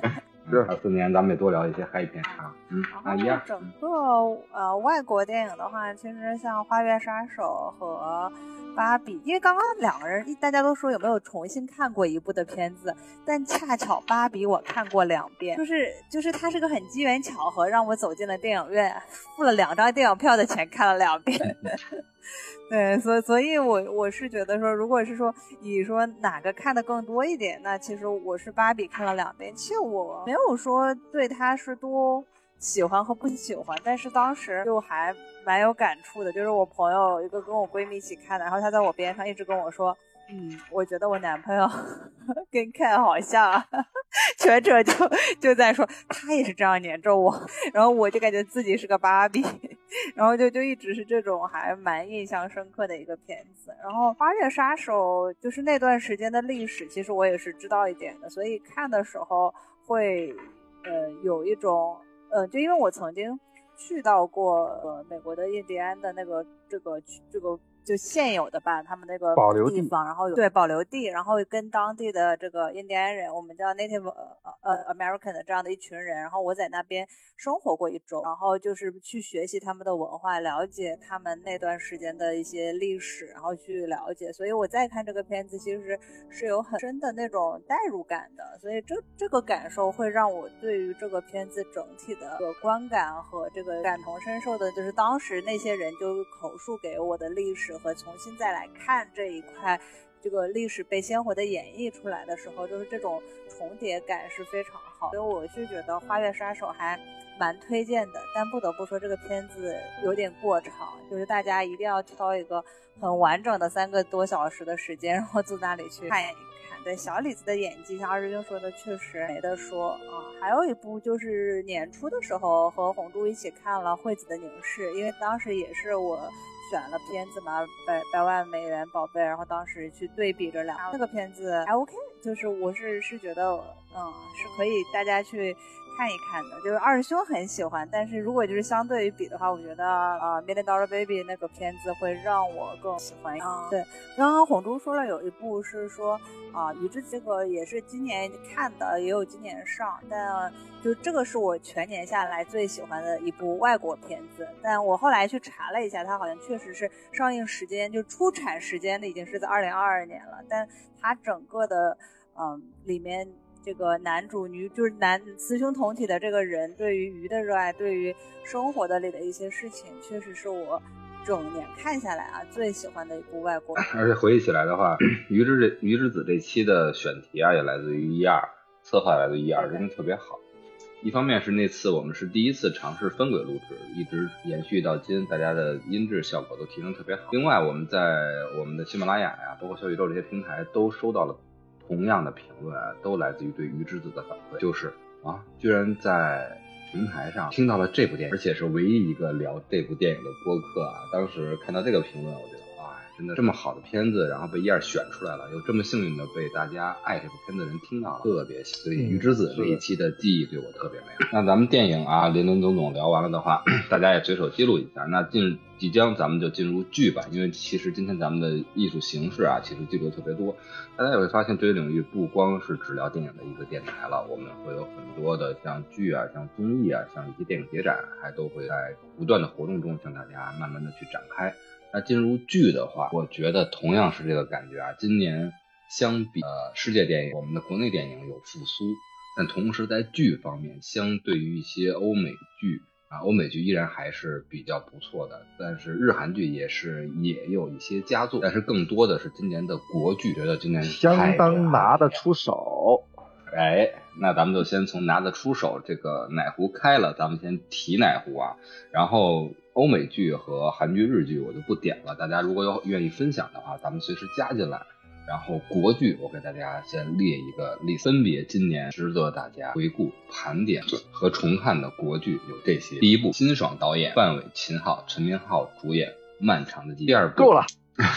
是二四年咱们也多聊一些嗨片啊。嗯，啊一样。 整个呃外国电影的话，其实像《花月杀手》和芭比，因为刚刚两个人大家都说有没有重新看过一部的片子，但恰巧芭比我看过两遍，就是就是它是个很机缘巧合让我走进了电影院，付了两张电影票的钱看了两遍。对，所以所以我我是觉得说，如果是说以说哪个看的更多一点，那其实我是芭比看了两遍，其实我没有说对它是多喜欢和不喜欢，但是当时就还蛮有感触的，就是我朋友一个跟我闺蜜一起看的，然后她在我边上一直跟我说，嗯，我觉得我男朋友跟Ken好像啊，全程就就在说他也是这样黏着我，然后我就感觉自己是个芭比，然后就就一直是这种还蛮印象深刻的一个片子。然后《花月杀手》就是那段时间的历史，其实我也是知道一点的，所以看的时候会呃有一种呃，就因为我曾经去到过呃美国的印第安的那个这个这个。就现有的吧，他们那个保留地地方，然后有对保留地，然后跟当地的这个印第安人，我们叫 Native 呃 American 的这样的一群人，然后我在那边生活过一周，然后就是去学习他们的文化，了解他们那段时间的一些历史，然后去了解，所以我再看这个片子，其实是有很深的那种代入感的，所以这这个感受会让我对于这个片子整体的观感和这个感同身受的，就是当时那些人就口述给我的历史。和重新再来看这一块这个历史被鲜活的演绎出来的时候，就是这种重叠感是非常好，所以我是觉得《花月杀手》还蛮推荐的，但不得不说这个片子有点过长，就是大家一定要挑一个很完整的三个多小时的时间，然后坐那里去看一看。对，小李子的演技像二师兄说的确实没得说啊、嗯。还有一部就是年初的时候和红都一起看了《惠子的凝视》，因为当时也是我选了片子嘛，百百万美元宝贝，然后当时去对比着俩，这个片子还 OK， 就是我是是觉得嗯是可以大家去看一看的，就是二师兄很喜欢，但是如果就是相对于比的话，我觉得呃 Million Dollar Baby 那个片子会让我更喜欢一点、嗯、对，刚刚红珠说了有一部是说啊于之这个也是今年看的，也有今年上，但就这个是我全年下来最喜欢的一部外国片子，但我后来去查了一下，它好像确实是上映时间就出产时间的已经是在二零二二年了，但它整个的嗯里面这个男主女就是男雌雄同体的这个人对于鱼的热爱，对于生活的里的一些事情，确实是我整年看下来啊最喜欢的一部外国。 而且回忆起来的话，鱼之这鱼之子这期的选题啊也来自于一二，策划来自于一二，真的特别好。一方面是那次我们是第一次尝试分轨录制，一直延续到今，大家的音质效果都提升特别好。另外我们在我们的喜马拉雅呀，包括小宇宙这些平台都收到了同样的评论，都来自于对鱼之子的反馈，就是啊，居然在平台上听到了这部电影，而且是唯一一个聊这部电影的播客啊。当时看到这个评论，我觉得啊，真的这么好的片子，然后被一二选出来了，又这么幸运的被大家爱这部片子的人听到了，特别喜。所以鱼之子那一期的记忆对我特别美好。那咱们电影啊林林总总聊完了的话，大家也随手记录一下。那进即将咱们就进入剧吧，因为其实今天咱们的艺术形式啊，其实记录特别多。大家也会发现，这个领域不光是只聊电影的一个电台了，我们会有很多的像剧啊、像综艺啊、像一些电影节展，还都会在不断的活动中向大家慢慢的去展开。那进入剧的话，我觉得同样是这个感觉啊。今年相比呃世界电影，我们的国内电影有复苏，但同时在剧方面，相对于一些欧美剧啊，欧美剧依然还是比较不错的，但是日韩剧也是也有一些佳作，但是更多的是今年的国剧，觉得今年相当拿得出手。 哎，那咱们就先从拿得出手这个奶壶开了，咱们先提奶壶啊，然后欧美剧和韩剧、日剧我就不点了，大家如果有愿意分享的话，咱们随时加进来。然后国剧我给大家先列一个例，分别今年值得大家回顾、盘点和重看的国剧有这些。第一部，辛爽导演，范伟、秦昊、陈明昊主演《漫长的季节》。第二部， 够了。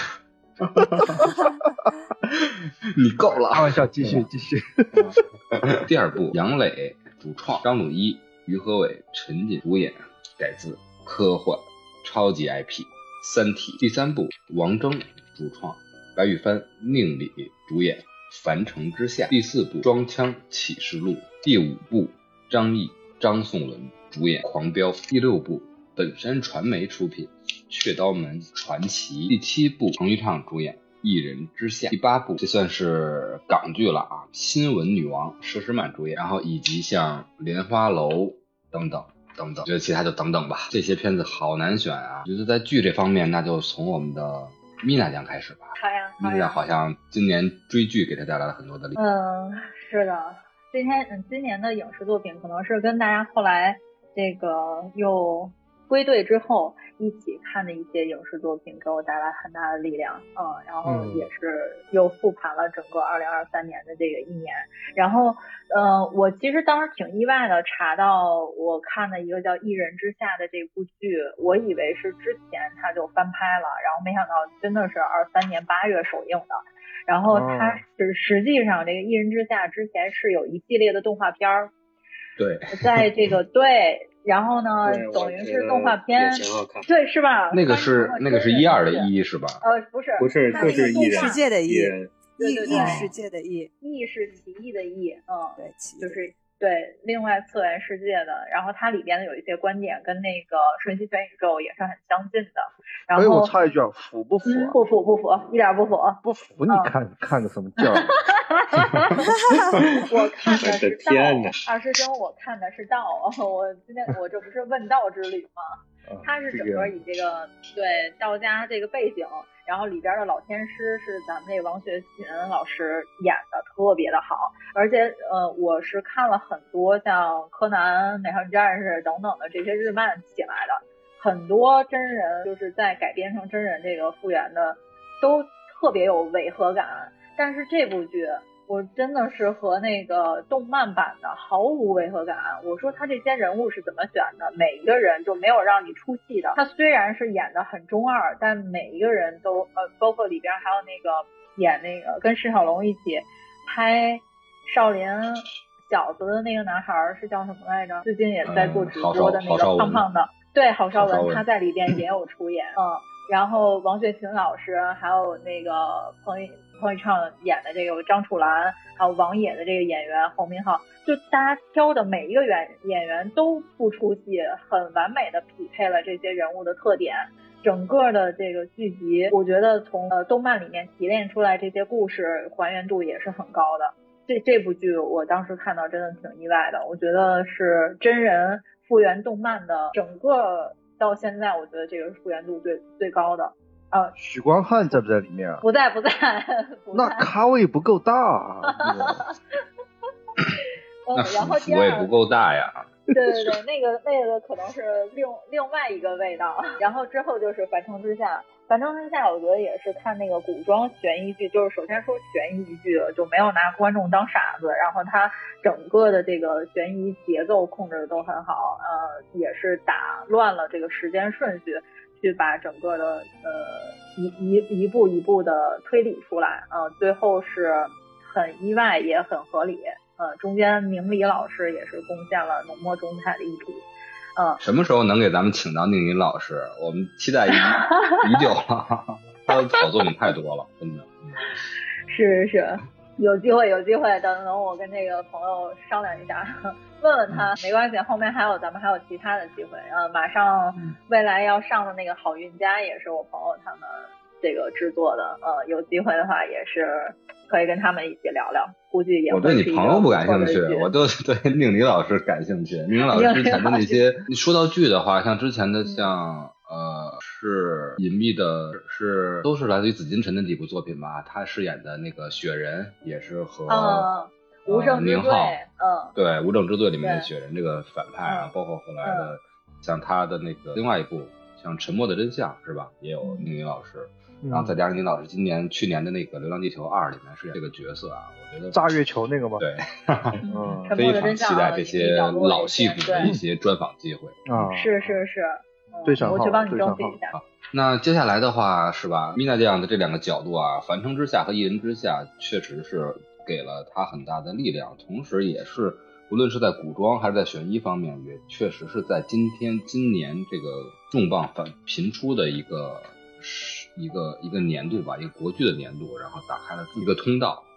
你够了， 开玩笑，继续继续。 第二部，杨磊主创，张鲁一、于和伟、陈瑾主演，改自科幻超级 I P《三体》。第三部，王铮主创，白羽帆、宁理主演，《凡城之下》。第四部，装腔启示录。第五部， 张译、张颂伦主演，狂飙第六部，本山传媒出品，雀刀门传奇第七部，彭昱畅主演，一人之下第八部，这算是港剧了啊，新闻女王佘诗曼主演，然后以及像莲花楼等等等等，觉得其他就等等吧。这些片子好难选啊，觉得在剧这方面，那就从我们的米娜酱开始吧。 好呀， 米娜酱好像今年追剧给她带来了很多的力。 嗯，是的，今天嗯今年的影视作品可能是跟大家后来这个又归队之后一起看的一些影视作品，给我带来很大的力量。嗯，然后也是又复盘了整个二零二三年的这个一年。然后，呃，我其实当时挺意外的，查到我看的一个叫《一人之下》的这部剧，我以为是之前它就翻拍了，然后没想到真的是二三年八月首映的。然后它是实际上这个《一人之下》之前是有一系列的动画片儿。 对， 在这个对。然后呢，等于是动画片，对，是吧？ 那个是那个是一二的一是吧？ 呃，不是， 不是，就是异世界的异， 对对对， 异世界的异， 异是奇异的异，嗯， 对， 就是对另外次元世界的。然后它里边的有一些观点跟那个瞬息全宇宙也是很相近的。然后， 所以我插一句啊，服不服、啊嗯？不服，不服，一点不服。 不服你看、嗯、看个什么叫？ 我看的是道，二师兄，我看的是道。我今天我这不是问道之旅吗？它是整个以这个对道家这个背景，然后里边的老天师是咱们这个王学勤老师演的，特别的好。而且呃，我是看了很多像柯南、美少女战士等等的这些日漫起来的，很多真人就是在改编成真人这个复原的，都特别有违和感。但是这部剧我真的是和那个动漫版的毫无违和感。我说他这些人物是怎么选的，每一个人就没有让你出戏的。他虽然是演的很中二，但每一个人都呃，包括里边还有那个演那个跟释小龙一起拍少林小子的那个男孩是叫什么来着？最近也在做直播的那个胖胖的，对，郝邵文，他在里边也有出演。嗯，然后王学勤老师还有那个彭昱彭昱畅演的这个张楚岚，还有王野的这个演员侯明昊，就大家挑的每一个演演员都不出戏，很完美的匹配了这些人物的特点。整个的这个剧集，我觉得从呃动漫里面提炼出来这些故事还原度也是很高的。这这部剧我当时看到真的挺意外的，我觉得是真人复原动漫的整个到现在，我觉得这个复原度最最高的。呃， 许光汉在不在里面啊？ 不在，不在。不在那咖位不够大啊。 那抚位不够大呀。 对对对，那个那个可能是另另外一个味道。然后之后就是凡城之下，凡城之下我觉得也是看那个古装悬疑剧，就是首先说悬疑剧就没有拿观众当傻子，然后它整个的这个悬疑节奏控制的都很好，呃，也是打乱了这个时间顺序，去把整个的呃一一一步一步的推理出来，呃，最后是很意外也很合理。呃，中间明理老师也是贡献了浓墨重彩的一笔。嗯， 什么时候能给咱们请到宁林老师？我们期待已已久了，他的好作品太多了，真的。 是是，有机会有机会，等等我跟这个朋友商量一下，问问他，没关系，后面还有咱们还有其他的机会。呃，马上未来要上的那个好运家也是我朋友他们这个制作的，呃，有机会的话也是可以跟他们一起聊聊。估计也我对你朋友不感兴趣，我都对宁理老师感兴趣。宁理老师之前的那些，你说到剧的话，像之前的像、嗯、呃是隐秘的，是都是来自于紫金陈的几部作品吧。他饰演的那个雪人也是和、 嗯、无证之罪， 嗯，对，无证之罪里面的雪人这个反派啊，包括后来的、嗯、像他的那个另外一部像沉默的真相是吧，也有宁理老师。然后再加上宁老师今年去年的那个《流浪地球二》里面饰演这个角色啊，我觉得炸月球那个吗？ 对，嗯，非常期待这些老戏骨的一些专访机会啊！ 是是是， 对上号， 我去帮你争取一下。 好，那接下来的话是吧，米娜这样的这两个角度啊，凡城之下和一人之下，确实是给了他很大的力量，同时也是无论是在古装还是在悬疑方面，也确实是在今天今年这个重磅反频出的一个。一个一个年度吧，一个国剧的年度，然后打开了一个通道，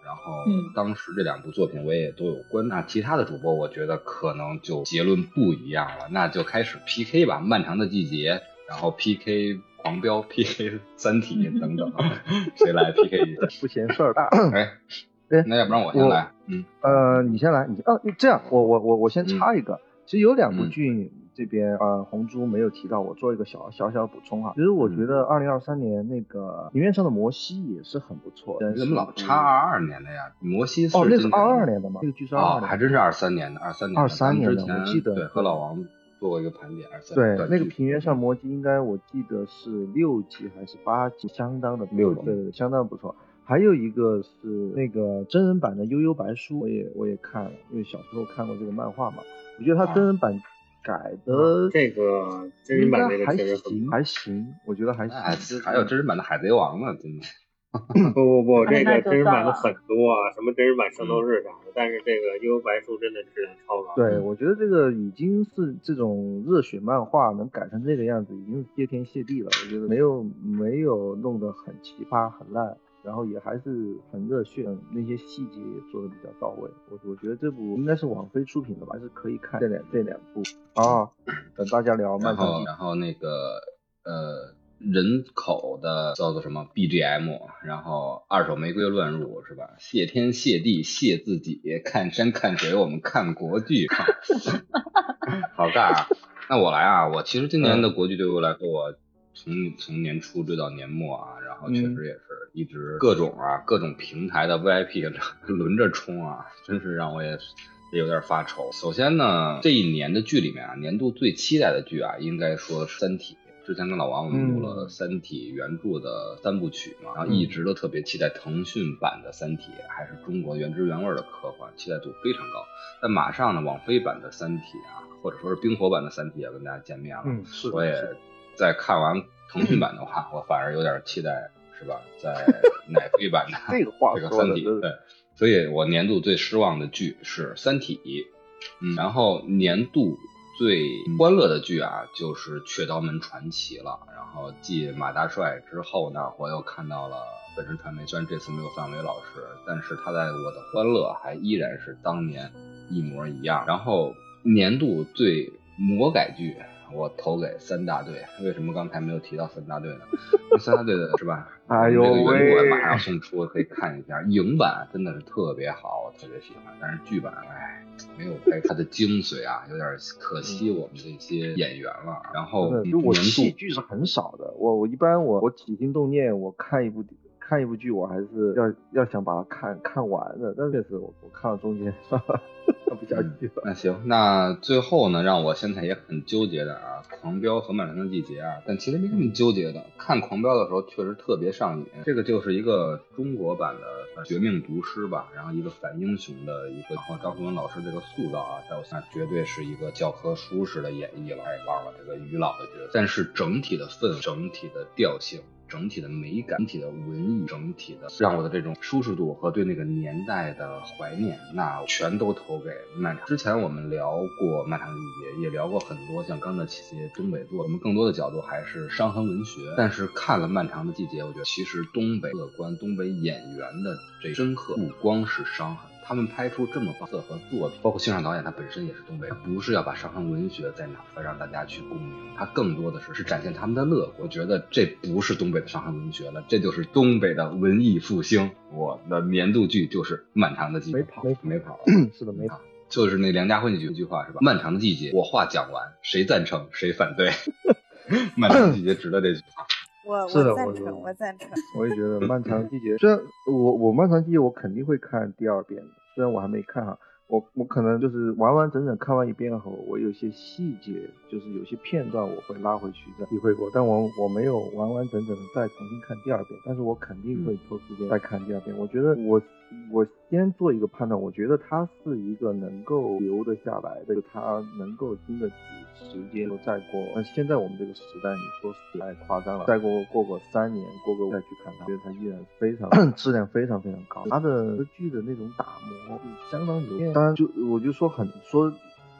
然后当时这两部作品我也都有关。那其他的主播我觉得可能就结论不一样了，那就开始 P K 吧，漫长的季节，然后 P K 狂飙 P K 三体等等，谁来 P K 一下？ 不嫌事儿大。 哎，那要不然我先来。嗯， 呃，你先来，你哦，这样，我我我我先插一个，嗯、其实有两部剧。嗯这边呃红猪没有提到，我做一个小小小补充啊。其实我觉得二零二三年那个平原上的摩西也是很不错。 你怎么老插二二年的呀？摩西是哦，那是二二年的吗？那个剧是二二年、 哦，还真是二三年的，二三年二三年的。 我记得对和老王做过一个盘点，二三对那个平原上摩西应该我记得是六集还是八集，相当的六集， 对，相当不错。还有一个是那个真人版的悠悠白书，我也我也看了，因为小时候看过这个漫画嘛，我觉得他真人版。改的、 哦、这个真人版那个确实很还行，我觉得还行。 哎，还有真人版的海贼王呢，真的。 不不不，这个真人版的很多啊，什么真人版圣斗士啥的，但是这个幽游白书真的质量超高。 对，我觉得这个已经是这种热血漫画能改成这个样子，已经是谢天谢地了。我觉得没有没有弄得很奇葩很烂。然后也还是很热血，那些细节也做得比较到位。我我觉得这部应该是网飞出品的吧，还是可以看这两这两部啊。等大家聊漫长。 然后那个呃人口的叫做什么 B G M， 然后二手玫瑰乱入是吧？谢天谢地谢自己，看山看水我们看国剧，好尬啊！那我来啊，我其实今年的国剧对我来说，我从从年初追到年末啊，然后确实也是一直各种啊各种平台的 V I P 轮着冲啊，真是让我也也有点发愁。首先呢，这一年的剧里面啊，年度最期待的剧啊，应该说是《三体》。之前跟老王我们录了《三体》原著的三部曲嘛，然后一直都特别期待腾讯版的《三体》，还是中国原汁原味的科幻，期待度非常高。但马上呢，网飞版的《三体》啊，或者说是冰火版的《三体》要跟大家见面了， 嗯，是我也在看完腾讯版的话，我反而有点期待，是吧？在奶飞版的这个话这个三体，对，所以我年度最失望的剧是三体，嗯，然后年度最欢乐的剧啊，就是《雀刀门传奇》了。然后继马大帅之后呢，我又看到了本身传媒，虽然这次没有范伟老师，但是他在我的欢乐还依然是当年一模一样。然后年度最魔改剧，我投给三大队。为什么刚才没有提到三大队呢？三大队的是吧？ 哎呦喂， 这个原版马上送出，可以看一下。影版真的是特别好，我特别喜欢。但是剧版，哎，没有拍它的精髓啊，有点可惜我们这些演员了。然后就我喜剧是很少的，我我一般我我起心动念，我看一部看一部剧，我还是要要想把它看看完的。但是确实我我看到中间算了。看不下去了、 嗯。那行，那最后呢，让我现在也很纠结的啊，狂飙和漫长的季节啊，但其实没什么纠结的。看狂飙的时候确实特别上瘾，这个就是一个中国版的绝命毒师吧，然后一个反英雄的一个，然后张颂文老师这个塑造啊，在我看绝对是一个教科书式的演绎了，太棒了，这个于老的角色。但是整体的氛围、整体的调性、整体的美感、整体的文艺、整体的让我的这种舒适度和对那个年代的怀念，那全都投给漫长。之前我们聊过漫长的季节，也聊过很多像刚才这些东北作，我们更多的角度还是伤痕文学。但是看了漫长的季节，我觉得其实东北乐观、东北演员的这深刻不光是伤痕。他们拍出这么棒的和作品，包括欣赏导演他本身也是东北人，不是要把伤痕文学在哪儿让大家去共鸣，他更多的是是展现他们的乐观。我觉得这不是东北的伤痕文学了，这就是东北的文艺复兴。我的年度剧就是漫长的季节， 没跑没没跑， 是的没跑， 就是那梁家辉那句句话是吧？漫长的季节，我话讲完，谁赞成谁反对？漫长的季节值得这句话。 我我赞成，我赞成。 我也觉得漫长季节，虽然我我漫长季节我肯定会看第二遍的，虽然我还没看哈，我我可能就是完完整整看完一遍后，我有些细节，就是有些片段我会拉回去再体会过，但我我没有完完整整的再重新看第二遍，但是我肯定会抽时间再看第二遍。我觉得我我先做一个判断，我觉得它是一个能够留得下来的，就它能够经得起时间，再过那现在我们这个时代，你说实在夸张了，再过过个三年，过个再去看它，觉得它依然非常质量非常非常高，它的剧的那种打磨相当有。当然就我就说很说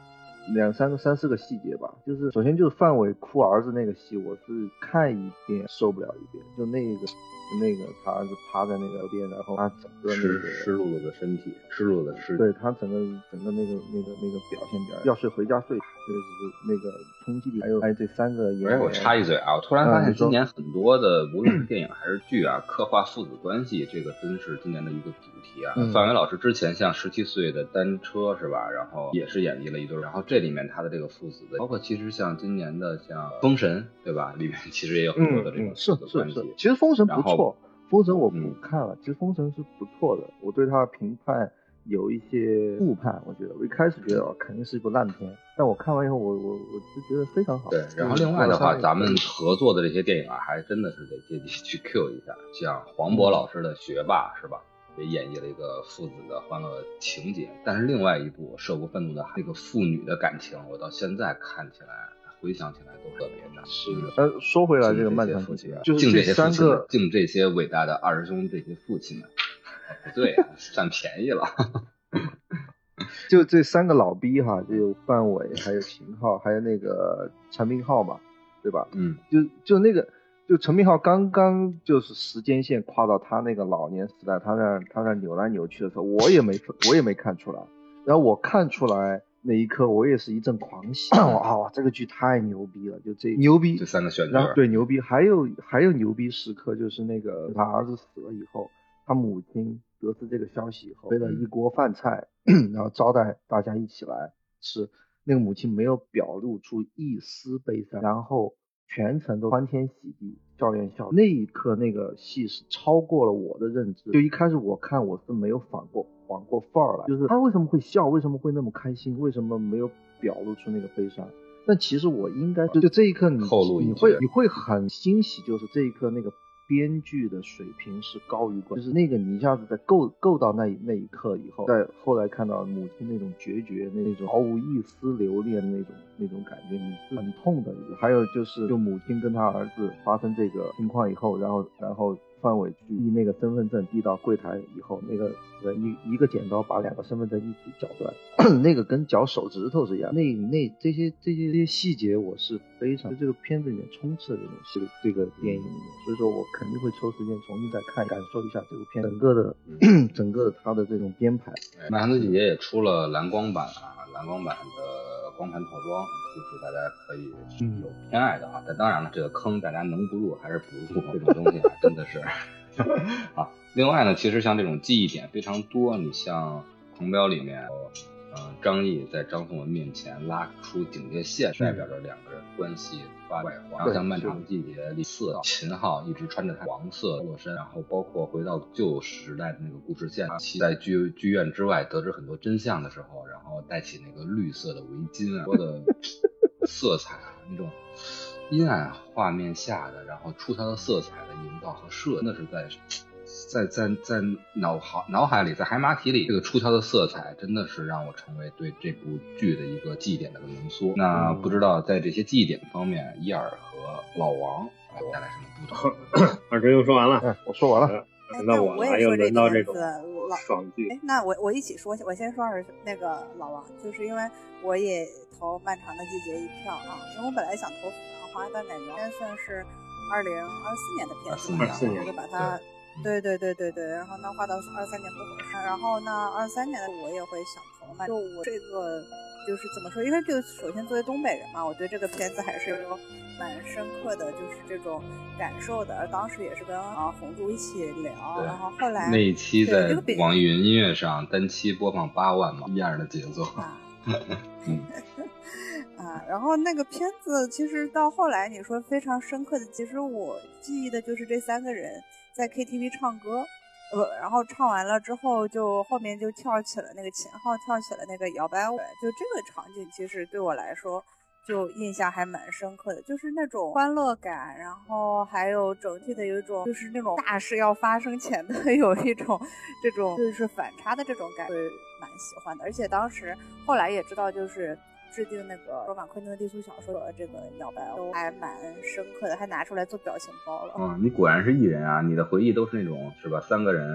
两三个三四个细节吧，就是首先就是范伟哭儿子那个戏，我是看一遍受不了一遍，就那个那个他儿子趴在那个边，然后他整个那湿个湿漉漉的身体，湿漉漉的尸体， 对他整个整个那个那个那个表现表要睡回家睡，就是那个冲击力，还有还有这三个演员。 哎，我插一嘴啊，我突然发现今年很多的无论是电影还是剧啊，刻画父子关系，这个真是今年的一个主题啊。 嗯、 范伟老师之前像十七岁的单车是吧，然后也是演绎了一对，然后这里面他的这个父子的，包括其实像今年的像封神对吧，里面其实也有很多的这个父子关系。 嗯嗯、是是是，其实封神不错，封神我不看了，嗯、其实封神是不错的，我对他的评判有一些误判，我觉得我一开始觉得哦肯定是一部烂片，但我看完以后我我我就觉得非常好。 对，然后另外的话，咱们合作的这些电影啊，还真的是得借机去 Q 一下，像黄渤老师的《学霸》是吧？也演绎了一个父子的欢乐情节，但是另外一部《涉过愤怒的海》那个父女的感情，我到现在看起来回想起来都特别难。 是，呃，说回来这个漫长父亲啊，就是敬这些三个， 敬这些伟大的二师兄，这些父亲们。不对啊，占便宜了。 就这三个老逼哈，就有范伟，还有秦昊，还有那个陈明昊嘛，对吧？ 嗯， 就就那个，就陈明昊刚刚就是时间线跨到他那个老年时代，他在他在扭来扭去的时候，我也没我也没看出来，然后我看出来那一刻，我也是一阵狂喜，哇，这个剧太牛逼了，就这牛逼， 这三个选角，对，牛逼，还有还有牛逼时刻就是那个他儿子死了以后，他母亲得知这个消息以后，备了一锅饭菜，然后招待大家一起来吃。那个母亲没有表露出一丝悲伤，然后全程都欢天喜地，笑颜笑。那一刻，那个戏是超过了我的认知。就一开始我看我是没有反过缓过范儿来，就是他为什么会笑，为什么会那么开心，为什么没有表露出那个悲伤？但其实我应该就就这一刻你你会你会很欣喜，就是这一刻那个编剧的水平是高于观，就是那个你一下子在够够到那那一刻以后，在后来看到母亲那种决绝，那种毫无一丝留恋的那种那种感觉，你是很痛的。还有就是就母亲跟他儿子发生这个情况以后，然后然后范伟去递那个身份证递到柜台以后，那个一一个剪刀把两个身份证一起绞断，那个跟绞手指头是一样。那那这些这些这些细节我是非常，就这个片子里面充斥了这种这个这个电影里面，所以说我肯定会抽时间重新再看，感受一下这部片整个的整个的它的这种编排。 漫长的季节也出了蓝光版啊，蓝光版的光盘套装，其实大家可以有偏爱的啊，但当然了，这个坑大家能不入还是不入，这种东西啊真的是啊。另外呢，其实像这种记忆点非常多，你像狂飙里面，呃，张译在张颂文面前拉出警戒线，代表着两个人关系发外化。然后像漫长的季节里，四秦昊一直穿着他黄色裸身，然后包括回到旧时代的那个故事线，在剧剧院之外得知很多真相的时候，然后戴起那个绿色的围巾啊，多的色彩啊，那种阴暗画面下的，然后出它的色彩的营造和设，那是在。在在在脑海脑海里，在海马体里，这个出挑的色彩真的是让我成为对这部剧的一个记忆点的浓缩。那不知道在这些记忆点方面，伊尔和老王留下来什么不同？ 二师兄说完了， 嗯，我说完了。 那我我也又轮到这种老爽剧。 哎，那我我一起说，我先说二那个老王，就是因为我也投漫长的季节一票啊，因为我本来想投《繁花》，但感觉应该算是二零二四年的片子， 二四年我就把它。对对对对对，然后那画到二三年不合适，然后那二三年的我也会想投嘛，就我这个就是怎么说，因为就首先作为东北人嘛，我对这个片子还是有蛮深刻的就是这种感受的，而当时也是跟啊红珠一起聊，然后后来那一期在网易云音乐上单期播放八万嘛，一样的节奏啊。嗯啊，然后那个片子其实到后来你说非常深刻的，其实我记忆的就是这三个人在 K T V 唱歌，呃，然后唱完了之后，就后面就跳起了那个秦昊跳起了那个摇摆舞，就这个场景其实对我来说就印象还蛮深刻的，就是那种欢乐感，然后还有整体的有一种就是那种大事要发生前的有一种这种就是反差的这种感，会蛮喜欢的。而且当时后来也知道就是制定那个罗马昆汀的低俗小说的这个摇摆都还蛮深刻的，还拿出来做表情包了。 嗯，你果然是艺人啊！你的回忆都是那种是吧？三个人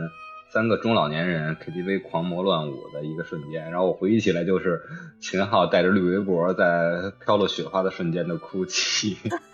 三个中老年人 K T V 狂魔乱舞的一个瞬间，然后我回忆起来就是秦昊带着绿围脖在飘落雪花的瞬间的哭泣。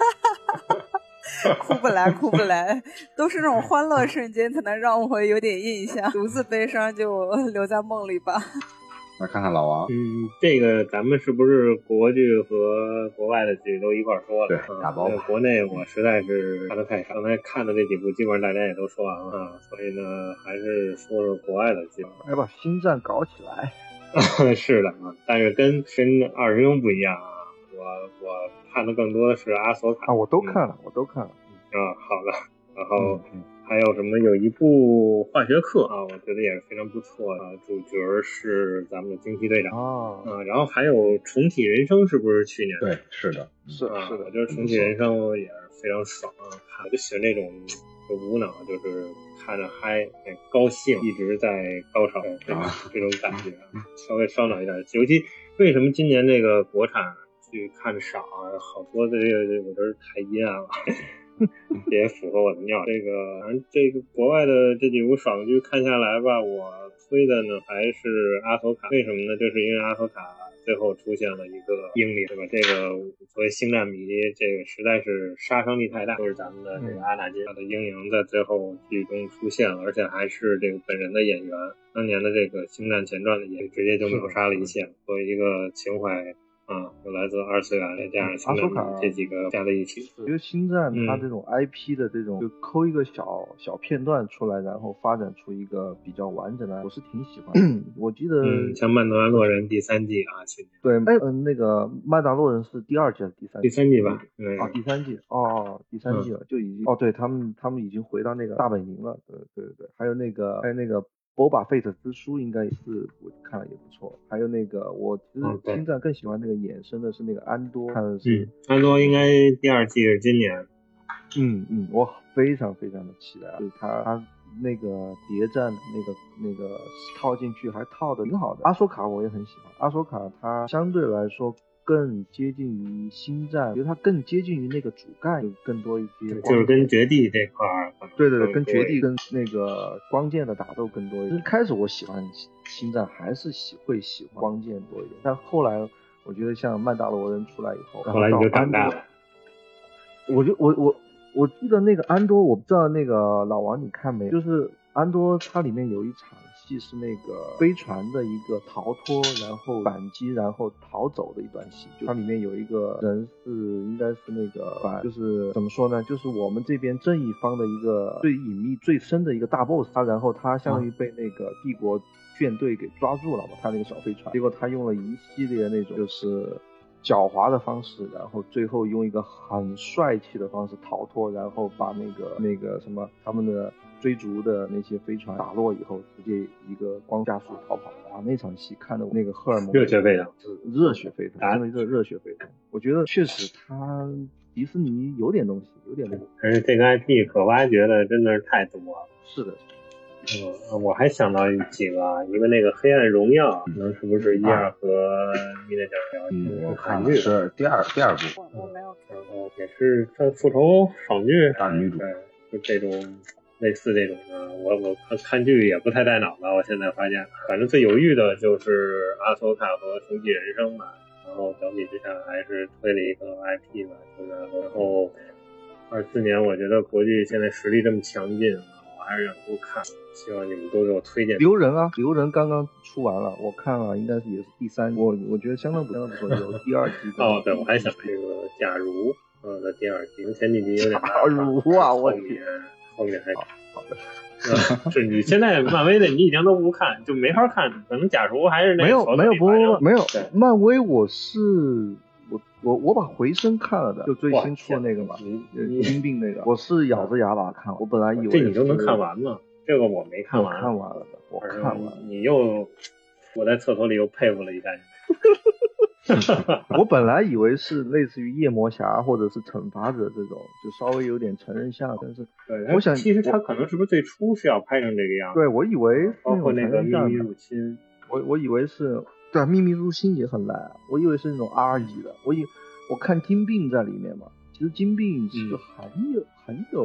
哭不来哭不来，都是那种欢乐瞬间才能让我有点印象，独自悲伤就留在梦里吧。 那看看老王， 嗯，这个咱们是不是国剧和国外的剧都一块说了？ 对，打包吧。 嗯、国内我实在是看的太少，刚才看的这几部基本上大家也都说完了啊，所以呢，还是说说国外的剧。 来把星战搞起来。 是的啊，但是跟跟二师兄不一样啊，我我看的更多的是阿索卡啊，我都看了，嗯、我都看了。 啊，好的，然后。 嗯嗯还有什么？有一部化学课啊，我觉得也是非常不错的，主角是咱们的惊奇队长啊、 哦、啊，然后还有重启人生，是不是去年？ 对，是的， 是啊， 是的， 我觉得重启人生也是非常爽啊，看我就喜欢这种就无脑，就是看着嗨，高兴，一直在高潮，这种、啊、这种感觉，稍微烧脑一点。尤其为什么今年这个国产剧看少啊？好多的这个我觉得太阴暗了。也符合我的尿。这个反正这个国外的这几部爽剧看下来吧，我推的呢还是阿索卡。为什么呢？就是因为阿索卡最后出现了一个英灵，对吧？这个作为星战迷，这个实在是杀伤力太大。就是咱们的这个阿纳金，他的英灵在最后剧中出现了，而且还是这个本人的演员，当年的这个星战前传的演员直接就秒杀了一切。作为一个情怀。啊，有来自二次元，再加上星战这几个加在一起。 我觉得星战它这种 I P 的这种，嗯、就抠一个小小片段出来，然后发展出一个比较完整的，我是挺喜欢的。我记得， 嗯，像《曼达洛人》第三季啊，去年对，哎，嗯，那个《曼达洛人》是第二季还是第三季？ 第三季吧，嗯、 啊，第三季，哦，第三季了，嗯、就已经，哦，对他们，他们已经回到那个大本营了，对对对，还有那个，还有那个。波巴费特之书应该也是我看了也不错，还有那个我其实星战更喜欢那个衍生的是那个安多，看的是、 嗯、安多应该第二季是今年， 嗯嗯，我非常非常的期待，就是他他那个谍战那个那个套进去还套的挺好的。阿索卡我也很喜欢，阿索卡它相对来说更接近于星战，我觉得它更接近于那个主干，就更多一些， 就是跟绝地这块儿， 对对对，跟绝地跟那个光剑的打斗更多一点。一开始我喜欢星战，还是喜会喜欢光剑多一点，但后来我觉得像曼达罗人出来以后， 后来你就长大了。 我就我我我记得那个安多，我不知道那个老王你看没？就是安多它里面有一场戏是那个飞船的一个逃脱，然后反击，然后逃走的一段戏。就它里面有一个人是应该是那个反，就是怎么说呢？就是我们这边正义方的一个最隐秘、最深的一个大 boss， 他然后他相当于被那个帝国舰队给抓住了嘛，他那个小飞船，结果他用了一系列那种就是狡猾的方式，然后最后用一个很帅气的方式逃脱，然后把那个那个什么他们的追逐的那些飞船打落以后，直接一个光加速逃跑。哇，那场戏看得我那个荷尔蒙热血沸腾， 热血沸腾，真的热热血沸腾。我觉得确实他迪士尼有点东西，有点东西， 而且这个 I P 可挖掘的真的是太多了。 是的。 嗯，我还想到几个，一个那个黑暗荣耀，可能是不是一二和米奈讲聊？ 我看剧是第二第二部， 我没有看， 然后也是算复仇爽剧， 大女主， 对，就这种类似这种的，我我看看剧也不太带脑子，我现在发现，反正最犹豫的就是阿索卡和重启人生吧，然后相比之下还是推了一个 I P 吧，就是然后二四年我觉得国际现在实力这么强劲，我还是想多看。希望你们多给我推荐。 留人啊，留人刚刚出完了，我看了，应该是也是第三，我我觉得相当不相当不错，有第二集。 哦，对，我还想这个假如呃的第二集，前几集有点假如啊，我后面后面还好的。 呃、是你现在漫威的你已经都不看，就没法看，可能假如还是那没有没有不不没有漫威，我是我我我把回声看了的，就最新出的那个嘛，金病那个，我是咬着牙把它看，我本来以为这你都能看完吗？这个我没看完， 我看完了的，我看完了。 你又，我在厕所里又佩服了一下你。 我本来以为是类似于夜魔侠或者是惩罚者这种，就稍微有点成人像，但是我想其实他可能是不是最初是要拍成这个样子？ 对，我以为包括那个秘密入侵， 我我以为是对秘密入侵也很烂，我以为是那种 R 级的，我以我看金并在里面嘛，其实金并是很有、嗯、很有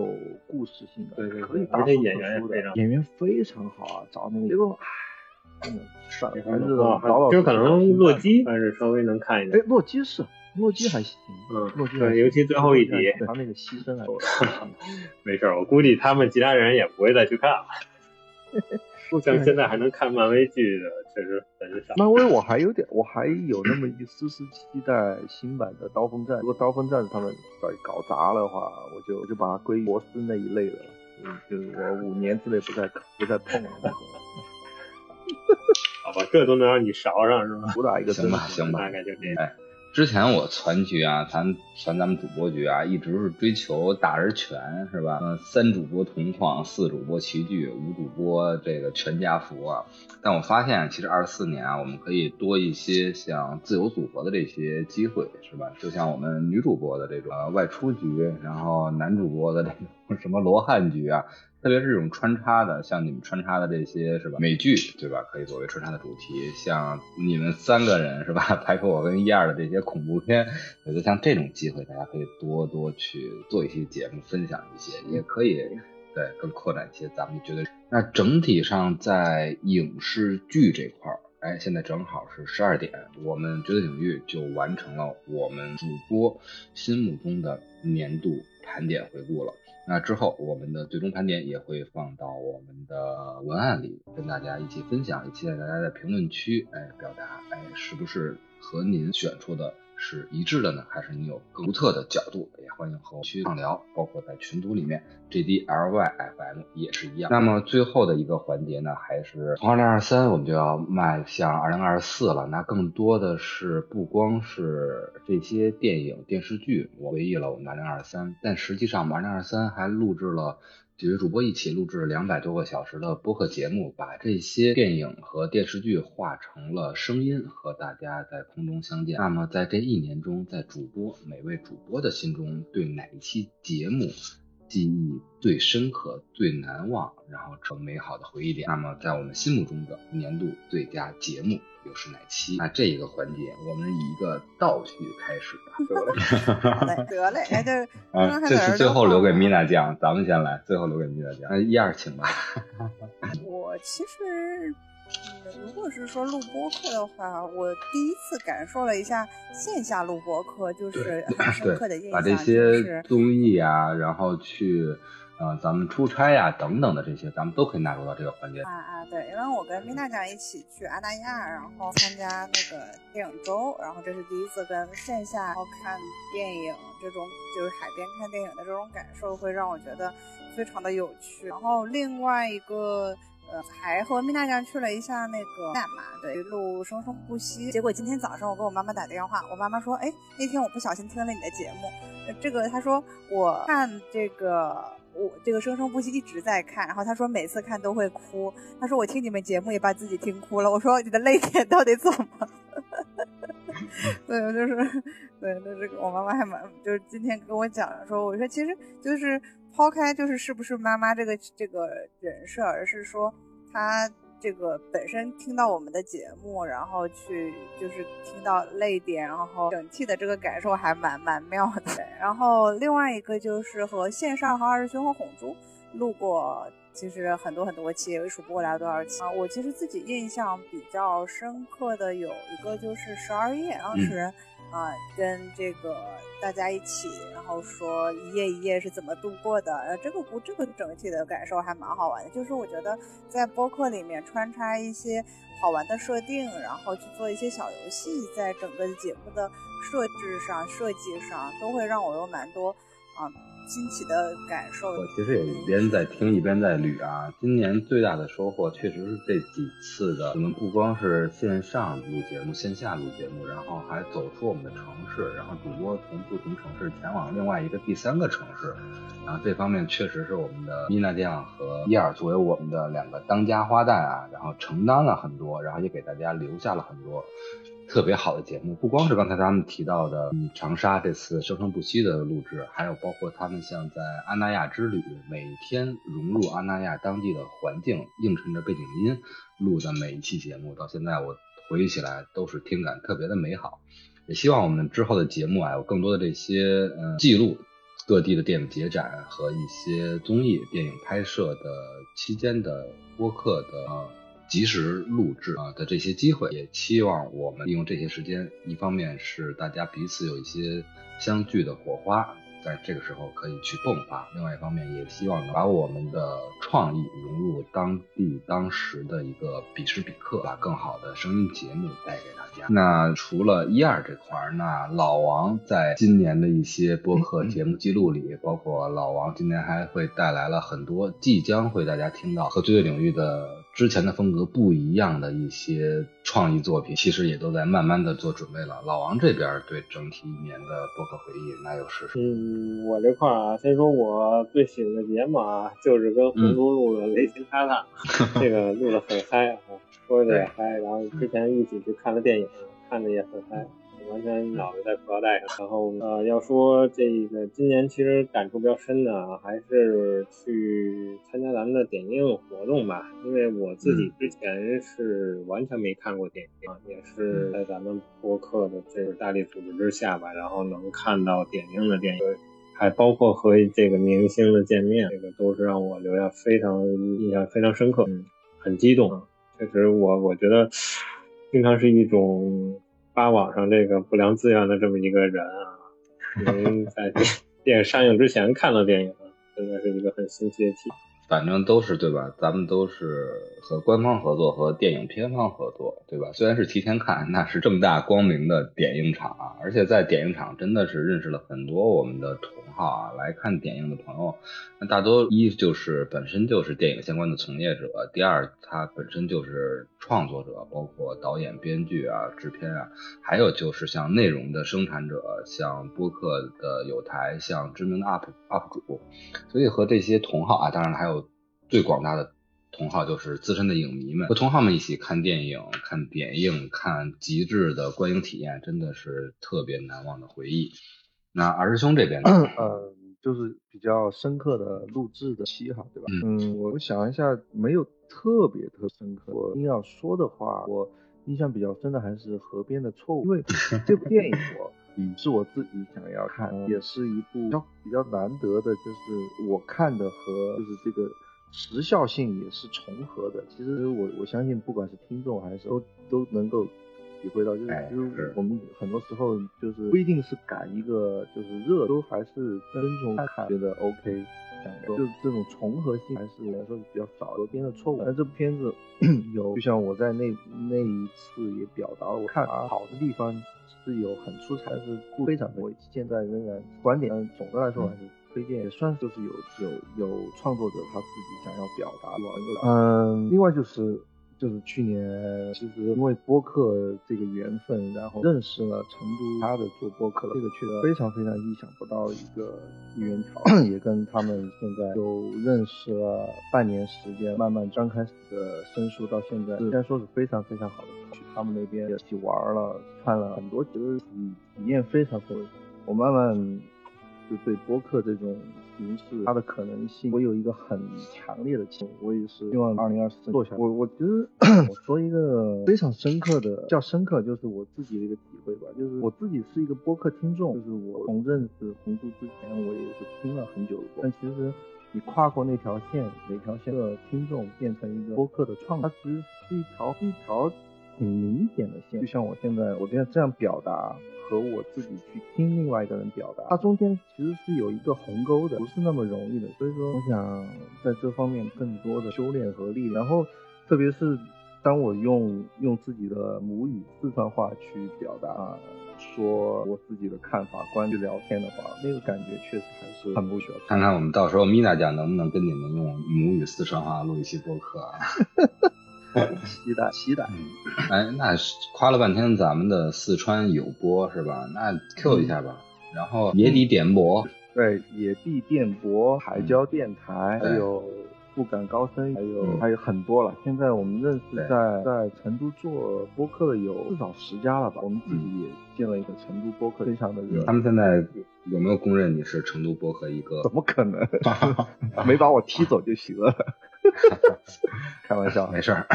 故事性的， 对对对， 可以大而且书演员也特书的非常演员非常好啊，找那个结果，真的反非反正常不好， 老老就是可能洛基还还是稍微能看一哎点。， 洛基是洛基还行， 嗯， 洛基还行对，尤其最后一集， 对他那个牺牲啊， 没事儿，我估计他们其他人也不会再去看了。像现在还能看漫威剧的，确实很少。 漫威我还有点，我还有那么一丝丝期待新版的刀锋战。如果刀锋战他们搞搞砸了的话，我就我就把它归博斯那一类了，嗯，就是我五年之内不再不再碰了那种。 好吧，这都能让你勺上是吧？ 主打一个行吧行吧大概就这样。 哎，之前我传局啊，咱传咱们主播局啊，一直是追求大而全，是吧？嗯，三主播同框，四主播齐聚，五主播这个全家福啊。但我发现，其实二四年啊，我们可以多一些像自由组合的这些机会，是吧？就像我们女主播的这种、呃、外出局，然后男主播的这种什么罗汉局啊。特别是这种穿插的，像你们穿插的这些是吧？美剧对吧？可以作为穿插的主题，像你们三个人是吧？排除我跟一二的这些恐怖片，我觉得像这种机会，大家可以多多去做一些节目，分享一些，也可以对更扩展一些咱们觉得。那整体上在影视剧这块儿，哎，现在正好是十二点，我们绝对领域就完成了我们主播心目中的年度盘点回顾了。那之后我们的最终盘点也会放到我们的文案里跟大家一起分享，也期待大家在评论区哎表达哎是不是和您选出的是一致的呢，还是你有更独特的角度，也欢迎和我去畅聊，包括在群组里面 J D L Y F M 也是一样。那么最后的一个环节呢，还是从二零二三我们就要迈向二零二四了，那更多的是不光是这些电影电视剧我回忆了我们二零二三，但实际上我们二零二三还录制了几位主播一起录制了两百多个小时的播客节目，把这些电影和电视剧化成了声音，和大家在空中相见。那么在这一年中，在主播每位主播的心中，对哪一期节目记忆最深刻、最难忘，然后成美好的回忆点？那么在我们心目中的年度最佳节目又是哪期？那这一个环节，我们以一个倒叙开始吧。 好嘞，得嘞，哎，这啊，这次最后留给米娜酱，咱们先来，最后留给米娜酱。那一二请吧。 我其实。嗯，如果是说录播客的话，我第一次感受了一下线下录播客，就是很深刻的印象。 把这些综艺啊，然后去呃咱们出差呀、啊、等等的这些，咱们都可以纳入到这个环节。 啊啊，对，因为我跟米娜酱一起去阿那亚，然后参加那个电影周，然后这是第一次跟线下然后看电影这种就是海边看电影的这种感受，会让我觉得非常的有趣。然后另外一个。呃，还和米娜酱去了一下那个干嘛？对，录生生不息。结果今天早上我跟我妈妈打电话，我妈妈说，哎，那天我不小心听了你的节目，呃、这个她说我看这个我这个生生不息一直在看，然后她说每次看都会哭，她说我听你们节目也把自己听哭了。我说你的泪点到底怎么？对，就是对，就是我妈妈还蛮就是今天跟我讲说，我说其实就是抛开就是是不是妈妈这个这个人设，而是说她这个本身听到我们的节目，然后去就是听到泪点，然后整体的这个感受还蛮蛮妙的。然后另外一个就是和线上和二师兄和红猪录过。其实很多很多期，也数不过来多少期啊！我其实自己印象比较深刻的有一个就是十二夜，当时啊、嗯呃、跟这个大家一起，然后说一夜一夜是怎么度过的，呃，这个不这个整体的感受还蛮好玩的。就是我觉得在播客里面穿插一些好玩的设定，然后去做一些小游戏，在整个节目的设置上、设计上都会让我有蛮多啊。新奇的感受。 我其实也一边在听一边在捋啊。今年最大的收获确实是这几次的，我们不光是线上录节目，线下录节目，然后还走出我们的城市，然后主播从不同城市前往另外一个第三个城市。然后这方面确实是我们的米娜酱和伊尔作为我们的两个当家花旦啊，然后承担了很多，然后也给大家留下了很多特别好的节目。不光是刚才他们提到的嗯长沙这次生生不息的录制，还有包括他们像在阿那亚之旅每天融入阿那亚当地的环境，映衬着背景音录的每一期节目，到现在我回忆起来都是听感特别的美好。也希望我们之后的节目啊有更多的这些嗯记录各地的电影节展和一些综艺电影拍摄的期间的播客的及时录制啊的这些机会，也期望我们利用这些时间，一方面是大家彼此有一些相聚的火花，在这个时候可以去迸发，另外一方面也希望能把我们的创意融入当地当时的一个彼时彼刻，把更好的声音节目带给大家。那除了一二这块，那老王在今年的一些播客节目记录里，包括老王今年还会带来了很多即将会大家听到和绝对领域的之前的风格不一样的一些创意作品，其实也都在慢慢的做准备了。老王这边对整体一年的播客回忆那又是什么？ 嗯，我这块啊，先说我最喜欢的节目啊，就是跟红猪录的《雷霆大战》，嗯，这个录的很嗨啊，说的也嗨，然后之前一起去看了电影，看的也很嗨，完全脑袋在裤腰带上。然后呃，要说这个今年其实感触比较深的，还是去参加咱们的点映活动吧，因为我自己之前是完全没看过电影，嗯，也是在咱们播客的这个大力组织之下吧，然后能看到点映的电影，还包括和这个明星的见面，这个都是让我留下非常印象非常深刻，嗯，很激动。确实我我觉得经常是一种发网上这个不良资源的这么一个人啊，您在电影上映之前看到电影，真的是一个很新奇的体验。 反正都是对吧，咱们都是和官方合作和电影片方合作对吧，虽然是提前看，那是正大光明的点映场啊，而且在点映场真的是认识了很多我们的同好啊，来看电影的朋友，那大多一就是本身就是电影相关的从业者，第二他本身就是创作者，包括导演编剧啊制片啊，还有就是像内容的生产者，像播客的有台，像知名的 up up 主，所以和这些同好啊，当然还有最广大的同好就是资深的影迷们，和同好们一起看电影看点映看极致的观影体验，真的是特别难忘的回忆。那二师兄这边呢？ 呃就是比较深刻的录制的期哈，对吧？嗯，我想一下，没有特别特深刻。我硬要说的话，我印象比较深的还是《河边的错误》，因为这部电影我嗯是我自己想要看，也是一部比较比较难得的，就是我看的和就是这个时效性也是重合的。其实我我相信，不管是听众还是都都能够体会到，就是就是我们很多时候就是不一定是赶一个就是热，都还是遵从看觉得 OK， 就是这种重合性还是来说比较少。河边的错误，但这部片子有，就像我在那那一次也表达了，我看啊好的地方是有很出彩，但是不非常多。现在仍然观点，但总的来说还是推荐，也算是就是有有有创作者他自己想要表达的。嗯，另外就是。就是去年，其实因为播客这个缘分，然后认识了成都他的做播客，这个确实非常非常意想不到一个机缘巧合，也跟他们现在就认识了半年时间，慢慢刚开始的生疏到现在，应该说是非常非常好的。去他们那边一起玩了，看了很多，觉得体体验非常非常。我慢慢就对播客这种形式它的可能性，我有一个很强烈的期望，我也是希望二零二四做下来。我我觉得我说一个非常深刻的，较深刻就是我自己的一个体会吧，就是我自己是一个播客听众，就是我从认识红猪之前，我也是听了很久的播，但其实你跨过那条线，哪条线的听众变成一个播客的创作，它其实是一条是一条挺明显的线，就像我现在我现在这样表达。和我自己去听另外一个人表达，它中间其实是有一个鸿沟的，不是那么容易的。所以说，我想在这方面更多的修炼和历练。然后，特别是当我用用自己的母语四川话去表达，说我自己的看法、观去聊天的话，那个感觉确实还是很不需要。 看看我们到时候米娜酱能不能跟你们用母语四川话录一期播客啊？ 期待期待。 哎，那夸了半天咱们的四川有播是吧？那 Q 一下吧。嗯、然后野地电波， 对，野地电波、海椒电台，嗯、还有不敢高声，还有、嗯、还有很多了。现在我们认识在在成都做播客的有至少十家了吧？我们自己也建了一个成都播客，非常的热、嗯。 他们现在有没有公认你是成都播客一哥？ 怎么可能？没把我踢走就行了。开玩笑， 没事儿。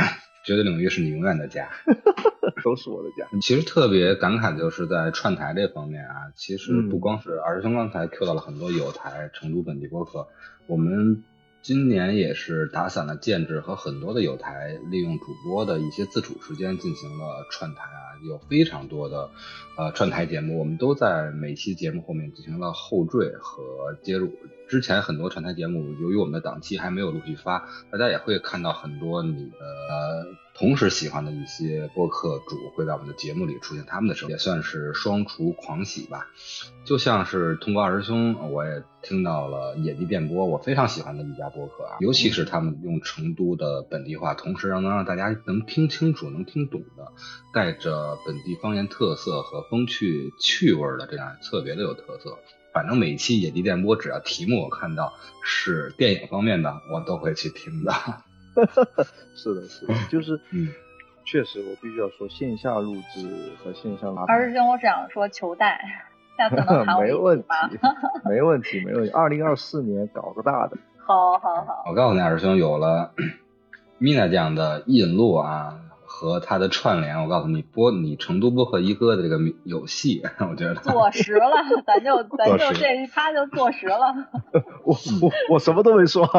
绝对领域是你永远的家， 都是我的家。 其实特别感慨就是在串台这方面啊，其实不光是二师兄刚才 Q 到了很多有台成都本地播客，我们今年也是打散了建制和很多的有台利用主播的一些自主时间进行了串台啊，有非常多的呃串台节目，我们都在每期节目后面进行了后缀和接入。之前很多串台节目由于我们的档期还没有陆续发，大家也会看到很多你的呃同时喜欢的一些播客主会在我们的节目里出现他们的声音，也算是双厨狂喜吧。就像是通过二师兄，我也听到了野地电波，我非常喜欢的一家播客啊，尤其是他们用成都的本地话，同时让能让大家能听清楚能听懂的，带着本地方言特色和风趣趣味的，这样特别的有特色。反正每一期野地电波只要题目我看到是电影方面的，我都会去听的。 是的是的，就是嗯，确实我必须要说线下录制和线上拉二师兄我只想说求带，下次能喊我一起吗？ 没问题没问题，二零二四年搞个大的。 好好好， 我告诉你二师兄，有了 Mina 这样的引路啊和他的串联，我告诉你播你成都播客一哥的这个有戏，我觉得坐实了，咱就咱就这一趴就坐实了。 我我我什么都没说，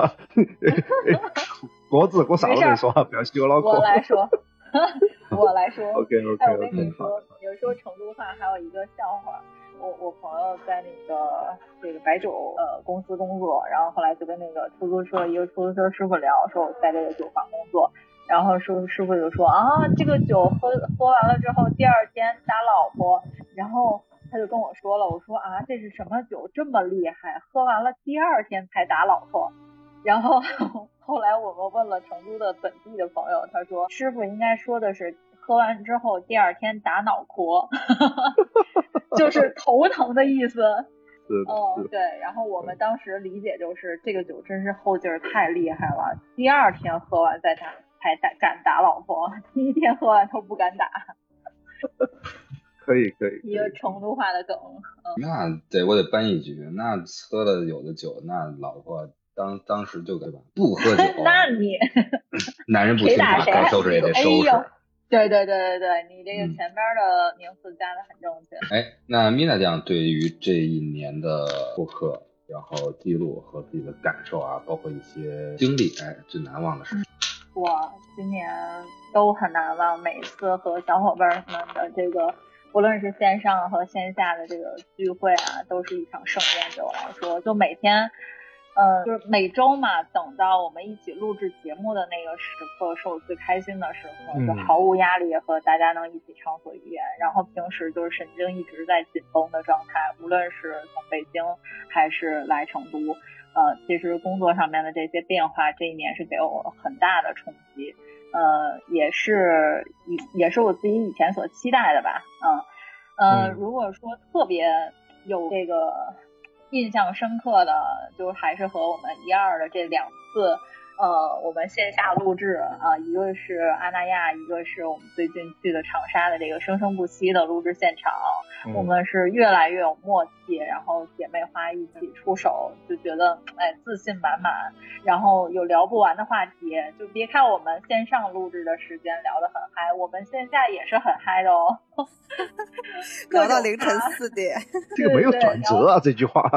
国子我啥都没说，不要气我脑壳。 我来说，我来说。 OK OK OK。 哎，我跟你说，有时候成都话还有一个笑话。我我朋友在那个这个白酒呃公司工作，然后后来就跟那个出租车一个出租车师傅聊，说我在这个酒坊工作。然后师师傅就说啊，这个酒喝喝完了之后，第二天打老婆。然后他就跟我说了，我说啊，这是什么酒这么厉害，喝完了第二天才打老婆。然后后来我们问了成都的本地的朋友，他说师傅应该说的是喝完之后第二天打脑壳，就是头疼的意思。哦，对，然后我们当时理解就是这个酒真是后劲儿太厉害了，第二天喝完再打才打敢打老婆，第一天喝完都不敢打。 可以可以， 一个成都话的梗。 嗯、那得我得搬一句，那喝了有的酒，那老婆当当时就对吧，不喝酒， 那你男人不听话，该收拾也得收拾。 哎对对对对对，你这个前边的名词加的很正确。 哎、嗯，那 Mina 酱对于这一年的播客，然后记录和自己的感受啊，包括一些经历，哎，最难忘的是什么？ 我今年都很难忘，每次和小伙伴们的这个，无论是线上和线下的这个聚会啊，都是一场盛宴。对我来说，就每天。呃，就是每周嘛，等到我们一起录制节目的那个时刻，是我最开心的时刻，就毫无压力和大家能一起畅所欲言。然后平时就是神经一直在紧绷的状态，无论是从北京还是来成都，呃，其实工作上面的这些变化，这一年是给我很大的冲击，呃，也是也是我自己以前所期待的吧，嗯呃，如果说特别有这个。印象深刻的就还是和我们一二的这两次呃我们线下录制啊、呃，一个是阿那亚，一个是我们最近去的长沙的这个生生不息的录制现场、嗯、我们是越来越有默契，然后姐妹花一起出手，就觉得哎自信满满，然后有聊不完的话题，就别看我们线上录制的时间聊得很嗨，我们线下也是很嗨的哦聊到凌晨四点这个没有转折啊这句话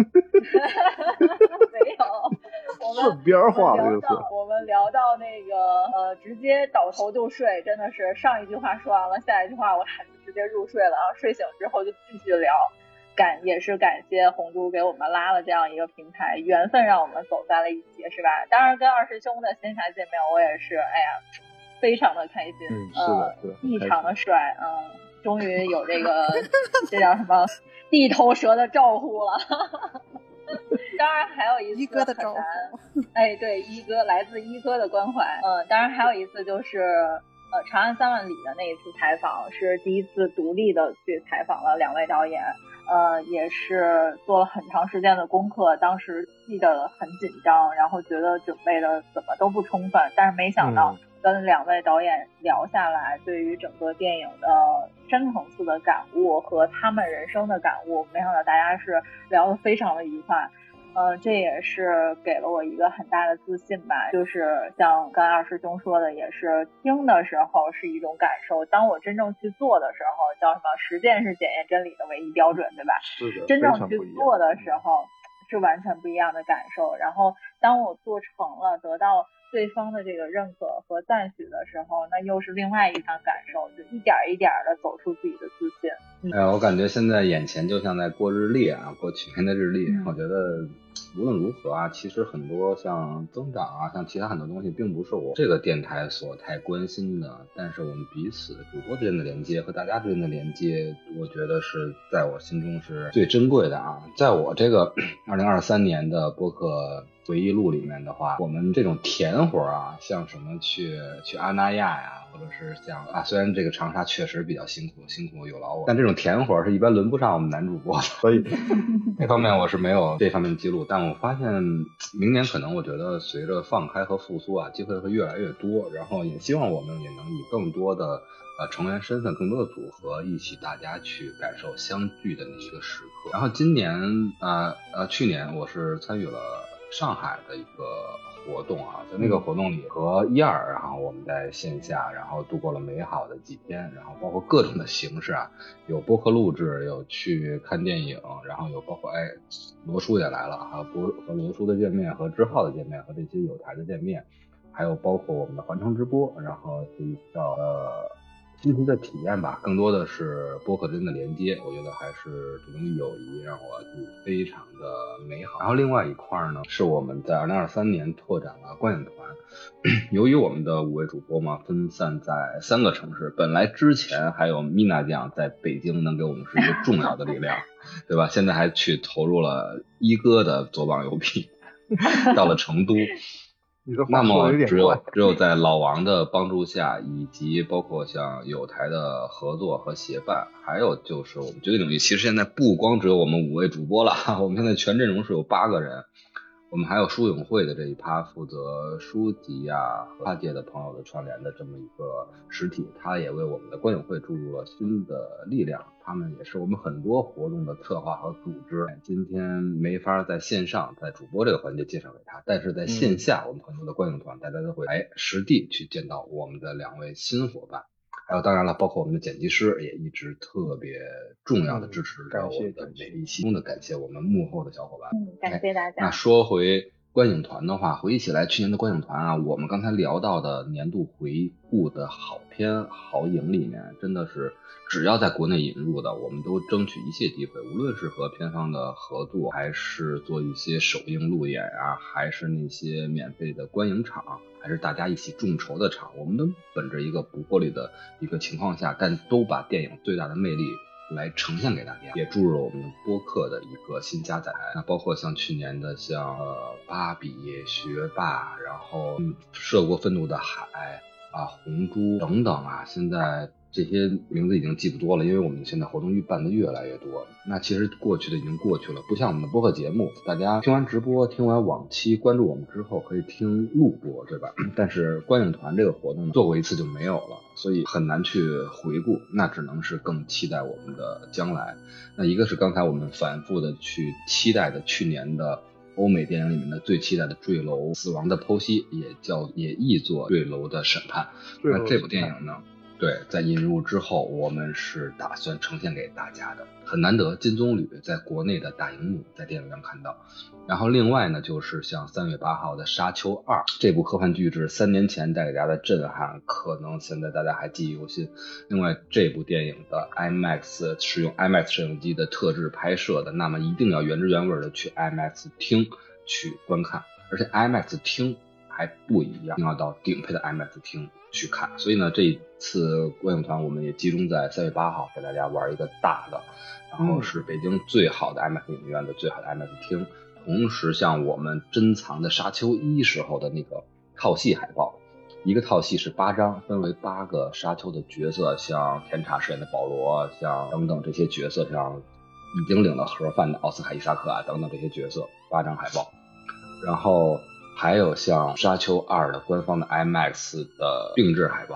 没有我们顺边话聊到我们聊到那个呃直接倒头就睡，真的是上一句话说完了，下一句话我俩就直接入睡了，然后睡醒之后就继续聊。感也是感谢红猪给我们拉了这样一个平台，缘分让我们走在了一起，是吧？当然跟二师兄的线下见面我也是哎呀非常的开心， 嗯，是的是的、呃、 异常的帅，嗯，终于有这个这叫什么地头蛇的照顾了当然还有一次一哥的招呼， 哎，对，一哥来自一哥的关怀。嗯，当然还有一次就是呃长安三万里的那一次采访，是第一次独立的去采访了两位导演，呃，也是做了很长时间的功课，当时记得很紧张，然后觉得准备的怎么都不充分，但是没想到跟两位导演聊下来，对于整个电影的深层次的感悟和他们人生的感悟，没想到大家是聊得非常的愉快。 呃，这也是给了我一个很大的自信吧，就是像刚才二师兄说的，也是听的时候是一种感受，当我真正去做的时候，叫什么实践是检验真理的唯一标准，对吧？ 是的， 真正去做的时候是完全不一样的感受，然后当我做成了，得到对方的这个认可和赞许的时候，那又是另外一番感受，就一点一点的走出自己的自信。 嗯、哎，我感觉现在眼前就像在过日历啊，过去年的日历。嗯、我觉得无论如何啊，其实很多像增长啊，像其他很多东西，并不是我这个电台所太关心的。但是我们彼此主播之间的连接和大家之间的连接，我觉得是在我心中是最珍贵的啊。在我这个二零二三年的播客回忆录里面的话，我们这种甜活啊，像什么去去阿那亚呀，或者是像啊，虽然这个长沙确实比较辛苦，辛苦有劳我，但这种甜活是一般轮不上我们男主播的，所以这方面我是没有这方面的记录。但我发现明年可能我觉得随着放开和复苏啊，机会会越来越多，然后也希望我们也能以更多的呃成员身份，更多的组合一起大家去感受相聚的那一个时刻。然后今年呃呃去年我是参与了上海的一个活动啊，在那个活动里和一二，然后我们在线下，然后度过了美好的几天，然后包括各种的形式啊，有播客录制，有去看电影，然后有包括哎罗叔也来了，还有播和罗叔的见面，和之浩的见面，和这些有台的见面，还有包括我们的环城直播，然后是一个呃新奇的体验吧，更多的是播客之间的连接，我觉得还是这种友谊让我非常的美好。然后另外一块呢，是我们在二零二三年拓展了观影团。由于我们的五位主播嘛分散在三个城市，本来之前还有米娜酱在北京能给我们是一个重要的力量，对吧？现在还去投入了一哥的左膀右臂，到了成都。那么只有只有在老王的帮助下，以及包括像有台的合作和协办，还有就是我们绝对领域，其实现在不光只有我们五位主播了，我们现在全阵容是有八个人。我们还有书友会的这一趴负责书籍啊和跨界的朋友的串联的这么一个实体，它也为我们的观影会注入了新的力量。他们也是我们很多活动的策划和组织。今天没法在线上在主播这个环节介绍给他，但是在线下我们很多的观影团大家都会来实地去见到我们的两位新伙伴。还有当然了，包括我们的剪辑师也一直特别重要的支持着我们的每一期，的感谢我们幕后的小伙伴。 嗯，感谢大家。 那说回观影团的话，回忆起来去年的观影团啊，我们刚才聊到的年度回顾的好片好影里面，真的是只要在国内引入的，我们都争取一切机会，无论是和片方的合作，还是做一些首映路演啊，还是那些免费的观影场，还是大家一起众筹的场，我们都本着一个不获利的一个情况下，但都把电影最大的魅力来呈现给大家，也注入了我们播客的一个新加载。那包括像去年的像呃芭比、学霸，然后嗯涉过愤怒的海啊、红猪等等啊，现在这些名字已经记不多了，因为我们现在活动预办的越来越多。那其实过去的已经过去了，不像我们的播客节目，大家听完直播听完往期关注我们之后可以听录播，对吧？但是观影团这个活动做过一次就没有了，所以很难去回顾，那只能是更期待我们的将来。那一个是刚才我们反复的去期待的去年的欧美电影里面的最期待的坠楼死亡的剖析，也叫也译作坠楼的审判。那这部电影呢，对，在引入之后我们是打算呈现给大家的，很难得金棕榈在国内的大荧幕在电影院看到。然后另外呢，就是像三月八号的沙丘二这部科幻巨制，三年前带给大家的震撼可能现在大家还记忆犹新。另外这部电影的 IMAX 是用 IMAX 摄影机的特制拍摄的，那么一定要原汁原味的去 IMAX 厅去观看，而且 IMAX 厅还不一样，一定要到顶配的 IMAX 厅去看。所以呢，这一次观影团我们也集中在三月八号给大家玩一个大的，然后是北京最好的 IMAX 影院的最好的 IMAX 厅，同时像我们珍藏的沙丘一时候的那个套系海报，一个套系是八张，分为八个沙丘的角色，像甜茶饰演的保罗，像等等这些角色，像已经领了盒饭的奥斯卡伊萨克啊等等这些角色，八张海报。然后还有像沙丘二的官方的 IMAX 的定制海报，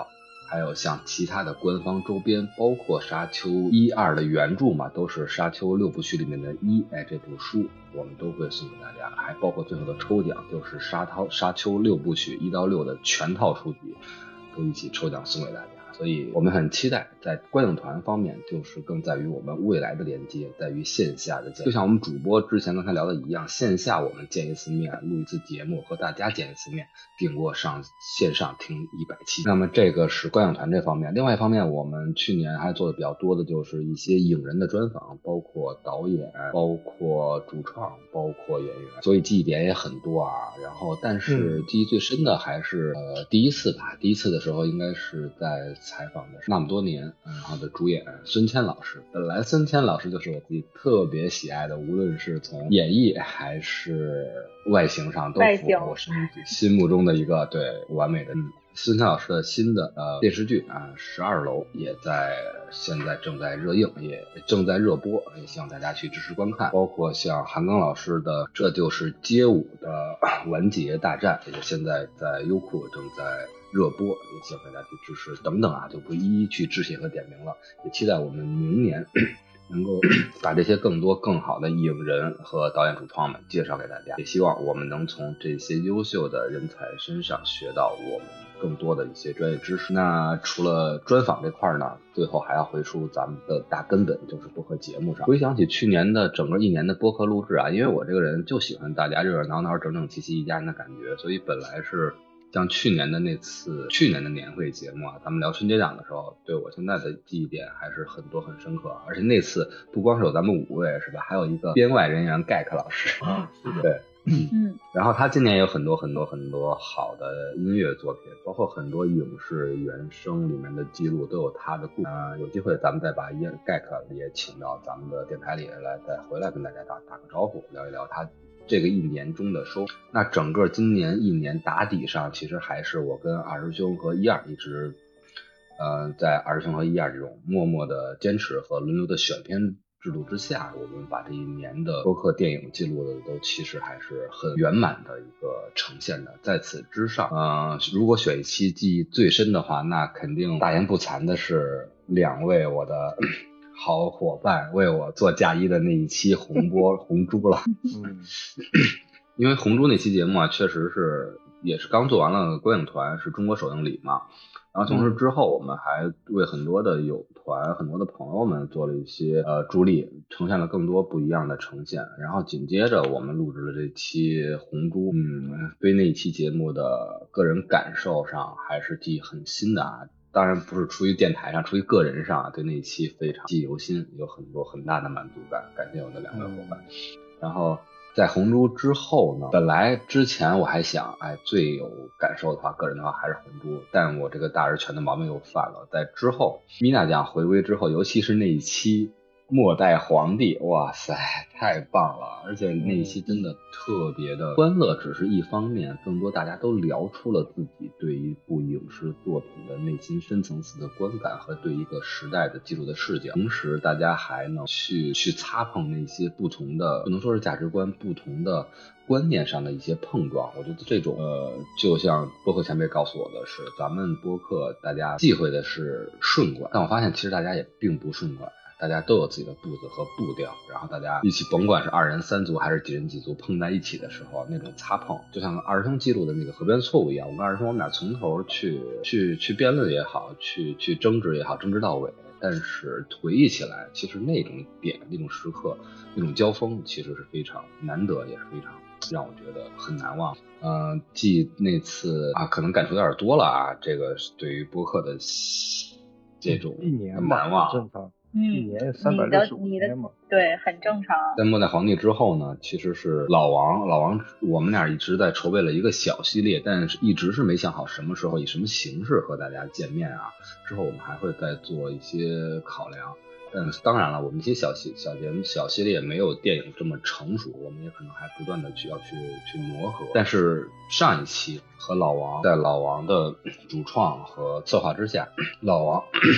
还有像其他的官方周边，包括沙丘一二的原著嘛，都是沙丘六部曲里面的一，哎，这部书我们都会送给大家，还包括最后的抽奖，就是沙涛沙丘六部曲一到六的全套书籍，都一起抽奖送给大家。所以我们很期待，在观影团方面，就是更在于我们未来的连接，在于线下的，就像我们主播之前刚才聊的一样，线下我们见一次面，录一次节目，和大家见一次面，顶过上线上听一百期。那么这个是观影团这方面。另外一方面，我们去年还做的比较多的就是一些影人的专访，包括导演，包括主创，包括演员，所以记忆点也很多啊。然后，但是记忆最深的还是、呃第一次吧，第一次的时候应该是在采访的是那么多年，然后的主演孙谦老师。本来孙谦老师就是我自己特别喜爱的，无论是从演绎还是外形上都符合我心心目中的一个对完美的。嗯，孙谦老师的新的呃电视剧啊，十二楼也在现在正在热映，也正在热播，也希望大家去支持观看。包括像韩庚老师的《这就是街舞的完结大战》，也现在在优酷正在热播，也希望大家去支持等等啊，就不一一去致谢和点名了。也期待我们明年能够把这些更多更好的影人和导演主创们介绍给大家，也希望我们能从这些优秀的人才身上学到我们更多的一些专业知识。那除了专访这块呢，最后还要回出咱们的大根本，就是播客节目上。回想起去年的整个一年的播客录制啊，因为我这个人就喜欢大家热热闹闹整整齐齐一家人的感觉，所以本来是像去年的那次去年的年会节目啊，咱们聊春节档的时候，对我现在的记忆点还是很多很深刻。而且那次不光是有咱们五位是吧，还有一个编外人员盖克老师啊，对，嗯，然后他今年有很多很多很多好的音乐作品，包括很多影视原声里面的记录都有他的故事。呃，有机会咱们再把盖克也请到咱们的电台里来，再回来跟大家打打个招呼，聊一聊他这个一年中的收。那整个今年一年打底上，其实还是我跟二师兄和一二一直呃，在二师兄和一二这种默默的坚持和轮流的选片制度之下，我们把这一年的播客电影记录的都其实还是很圆满的一个呈现的。在此之上，呃，如果选一期记忆最深的话，那肯定大言不惭的是两位我的好伙伴为我做嫁衣的那一期红波红猪了。嗯，因为红猪那期节目啊，确实是也是刚做完了观影团，是中国首映礼嘛。然后同时之后，我们还为很多的友团、很多的朋友们做了一些呃助力，呈现了更多不一样的呈现。然后紧接着我们录制了这期红猪，嗯，对那一期节目的个人感受上还是记忆很新的啊。当然不是出于电台上，出于个人上，对那一期非常记忆犹新，有很多很大的满足感，感谢我的两位伙伴。嗯、然后在红猪之后呢，本来之前我还想，哎，最有感受的话，个人的话还是红猪，但我这个大而全的毛病又犯了。在之后，米娜酱回归之后，尤其是那一期末代皇帝，哇塞，太棒了！而且那一期真的特别的欢乐，只是一方面，更多大家都聊出了自己对一部影视作品的内心深层次的观感和对一个时代的记录的视角，同时大家还能去去擦碰那些不同的，不能说是价值观，不同的观念上的一些碰撞。我觉得这种呃，就像播客前辈告诉我的是，咱们播客大家忌讳的是顺拐，但我发现其实大家也并不顺拐，大家都有自己的步子和步调，然后大家一起甭管是二人三足还是几人几足碰在一起的时候，那种擦碰就像二师兄记录的那个河边错误一样，我跟二师兄我们俩从头去去去辩论也好，去去争执也好，争执到尾，但是回忆起来，其实那种点那种时刻那种交锋其实是非常难得，也是非常让我觉得很难忘。嗯、呃，记那次啊，可能感触有点多了啊，这个对于播客的这种一年难忘正常。 嗯， 一年三百六十五天嘛， 对，很正常。 在末代皇帝之后呢，其实是老王，老王我们俩一直在筹备了一个小系列，但是一直是没想好什么时候以什么形式和大家见面啊。之后我们还会再做一些考量，但当然了，我们一些小系小节目小系列没有电影这么成熟，我们也可能还不断的去要去去磨合。但是上一期和老王在老王的主创和策划之下，老王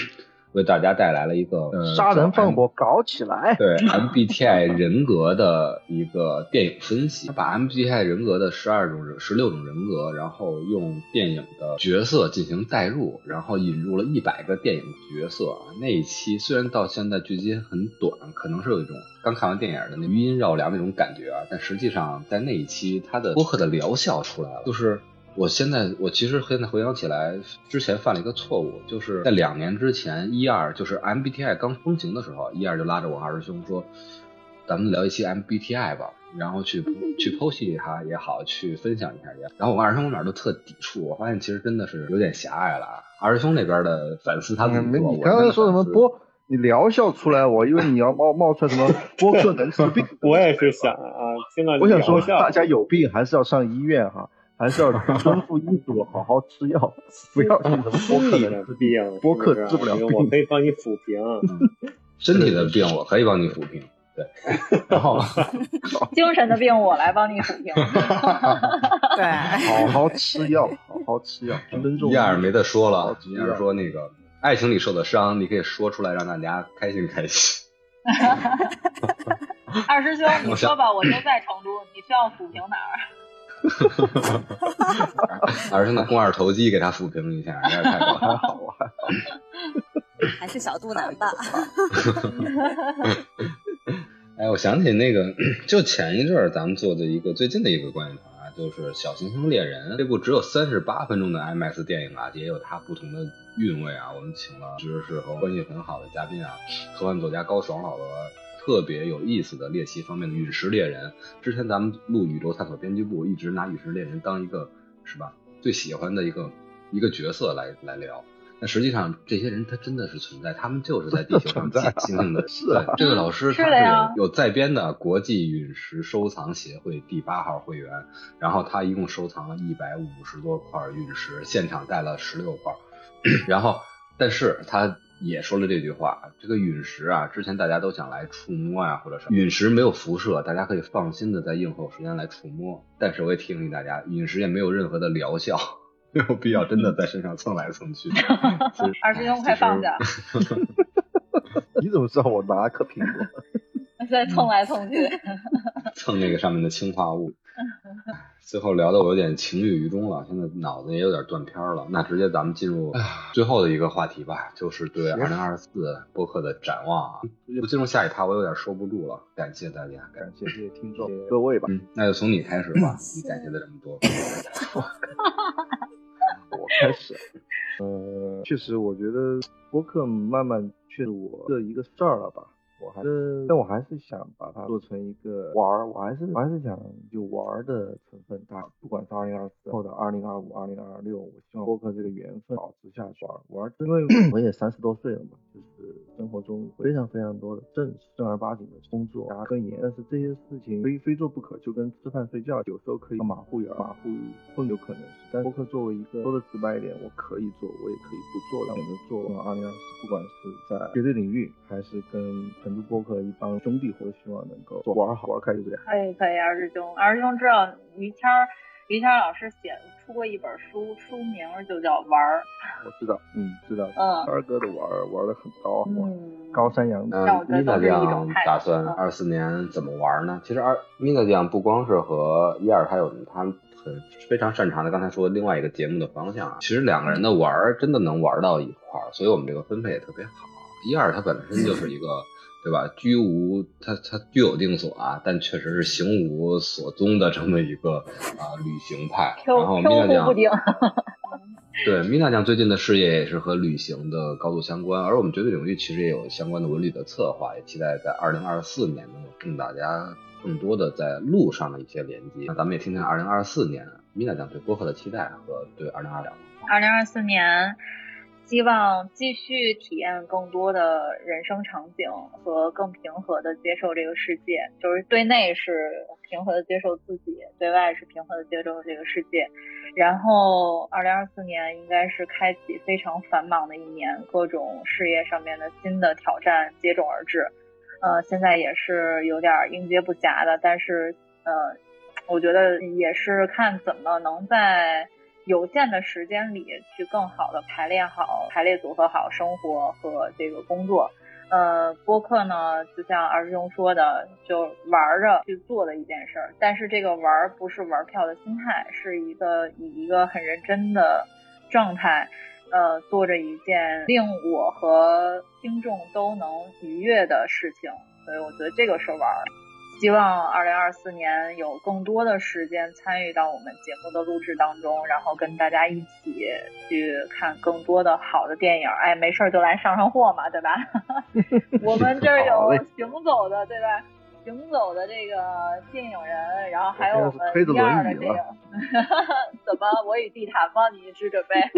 为大家带来了一个呃杀人放火搞起来， 对 M B T I 人格的一个电影分析，他把 M B T I 人格的十二种人、十六种人格，然后用电影的角色进行代入，然后引入了一百个电影角色啊。那一期虽然到现在距今很短，可能是有一种刚看完电影的那余音绕梁那种感觉啊，但实际上在那一期他的播客的疗效出来了，就是我现在我其实现在回想起来，之前犯了一个错误，就是在两年之前，一二就是 M B T I 刚风行的时候，一二就拉着我二师兄说，咱们聊一期 M B T I 吧，然后去去剖析它也好，去分享一下也好。然后我二师兄哪都特抵触，我发现其实真的是有点狭隘了啊。二师兄那边的反思他自己做， 你刚刚说什么播？你疗效出来，我以为你要冒冒出来什么播客能治病。 我也是想啊，听到我想说大家有病还是要上医院哈。还是要遵附医嘱，好好吃药，不要什么播客能治病，播客治不了病。 我可以帮你抚平、 嗯、身体的病，我可以帮你抚平。对，然后精神的病我来帮你抚平。 对， 好好吃药，好好吃药，尊重。 一二没得说了，一二说那个爱情里受的伤，你可以说出来，让大家开心开心。 二师兄，你说吧，我就在成都，你需要抚平哪儿？ 二师兄的肱二头肌给他抚平一下，有点太过还好啊， 还是小肚腩吧。 哎，我想起那个，就前一阵儿咱们做的一个最近的一个观影团啊，就是《小行星猎人》这部只有三十八分钟的 I M A X 电影啊，也有它不同的韵味啊。我们请了知识和关系很好的嘉宾啊，科幻作家高爽老和特别有意思的猎奇方面的陨石猎人。之前咱们录宇宙探索编辑部一直拿陨石猎人当一个是吧最喜欢的一个一个角色来来聊。那实际上这些人他真的是存在，他们就是在地球上进行的。 是啊， 这个老师他是有有在编的国际陨石收藏协会第八号会员，然后他一共收藏了一百五十多块陨石，现场带了十六块。然后但是他也说了这句话，这个陨石啊，之前大家都想来触摸啊，或者是陨石没有辐射，大家可以放心的在映后时间来触摸。但是我也提醒大家，陨石也没有任何的疗效，没有必要真的在身上蹭来蹭去。 二师兄快放下！ 你怎么知道我拿颗苹果？ 在蹭来蹭去， 蹭那个上面的氰化物。最后聊的我有点情郁于中了，现在脑子也有点断片了。那直接咱们进入最后的一个话题吧，就是对二零二四播客的展望啊。不进入下一趴，我有点收不住了。感谢大家， 感谢这些听众各位吧。 嗯，那就从你开始吧，你感谢的这么多。 我开始，呃，确实，我觉得播客慢慢确实我的一个事儿了吧。我还是，但我还是想把它做成一个玩儿，我还是，我还是想就玩的成分大，不管是二零二四或者二零二五、二零二六，我希望播客这个缘分保持下去玩玩，因为我也三十多岁了嘛，就是生活中非常非常多的正正儿八经的工作加科研，但是这些事情非非做不可，就跟吃饭睡觉，有时候可以马虎一点，马虎更有可能是。但播客作为一个说的直白一点，我可以做，我也可以不做，选择做。二零二四，不管是在绝对领域，还是跟成都播客一帮兄弟，或者希望能够做玩好玩开就这样。 可以可以，二师兄，二师兄知道于谦儿于谦老师写出过一本书，书名就叫玩儿。 我知道，嗯，知道。 嗯， 二哥的玩儿玩的很高， 嗯， 高山羊。 嗯，米娜酱打算二四年怎么玩呢？其实二米娜酱不光是和一二，还有他们很非常擅长的刚才说的另外一个节目的方向啊。其实两个人的玩儿真的能玩到一块儿，所以我们这个分配也特别好。一二他本身就是一个。对吧？居无他他居有定所啊，但确实是行无所踪的这么一个啊、呃、旅行派。然后米娜酱，对米娜酱最近的事业也是和旅行的高度相关，而我们绝对领域其实也有相关的文旅的策划，也期待在二零二四年能够跟大家更多的在路上的一些连接。那咱们也听听二零二四年米娜酱对播客的期待和对二零二两。 二零二四年。希望继续体验更多的人生场景和更平和的接受这个世界，就是对内是平和的接受自己，对外是平和的接受这个世界。然后二零二四年应该是开启非常繁忙的一年，各种事业上面的新的挑战接踵而至。呃，现在也是有点应接不暇的，但是呃，我觉得也是看怎么能在有限的时间里去更好的排练好、排列组合好生活和这个工作。呃，播客呢，就像二师兄说的，就玩着去做的一件事儿，但是这个玩不是玩票的心态，是一个以一个很认真的状态，呃，做着一件令我和听众都能愉悦的事情，所以我觉得这个是玩。希望二零二四年有更多的时间参与到我们节目的录制当中，然后跟大家一起去看更多的好的电影。哎，没事就来上上货嘛，对吧？我们这儿有行走的，对吧？行走的这个电影人，然后还有我们一二的这个，怎么我与地毯吗？你是准备？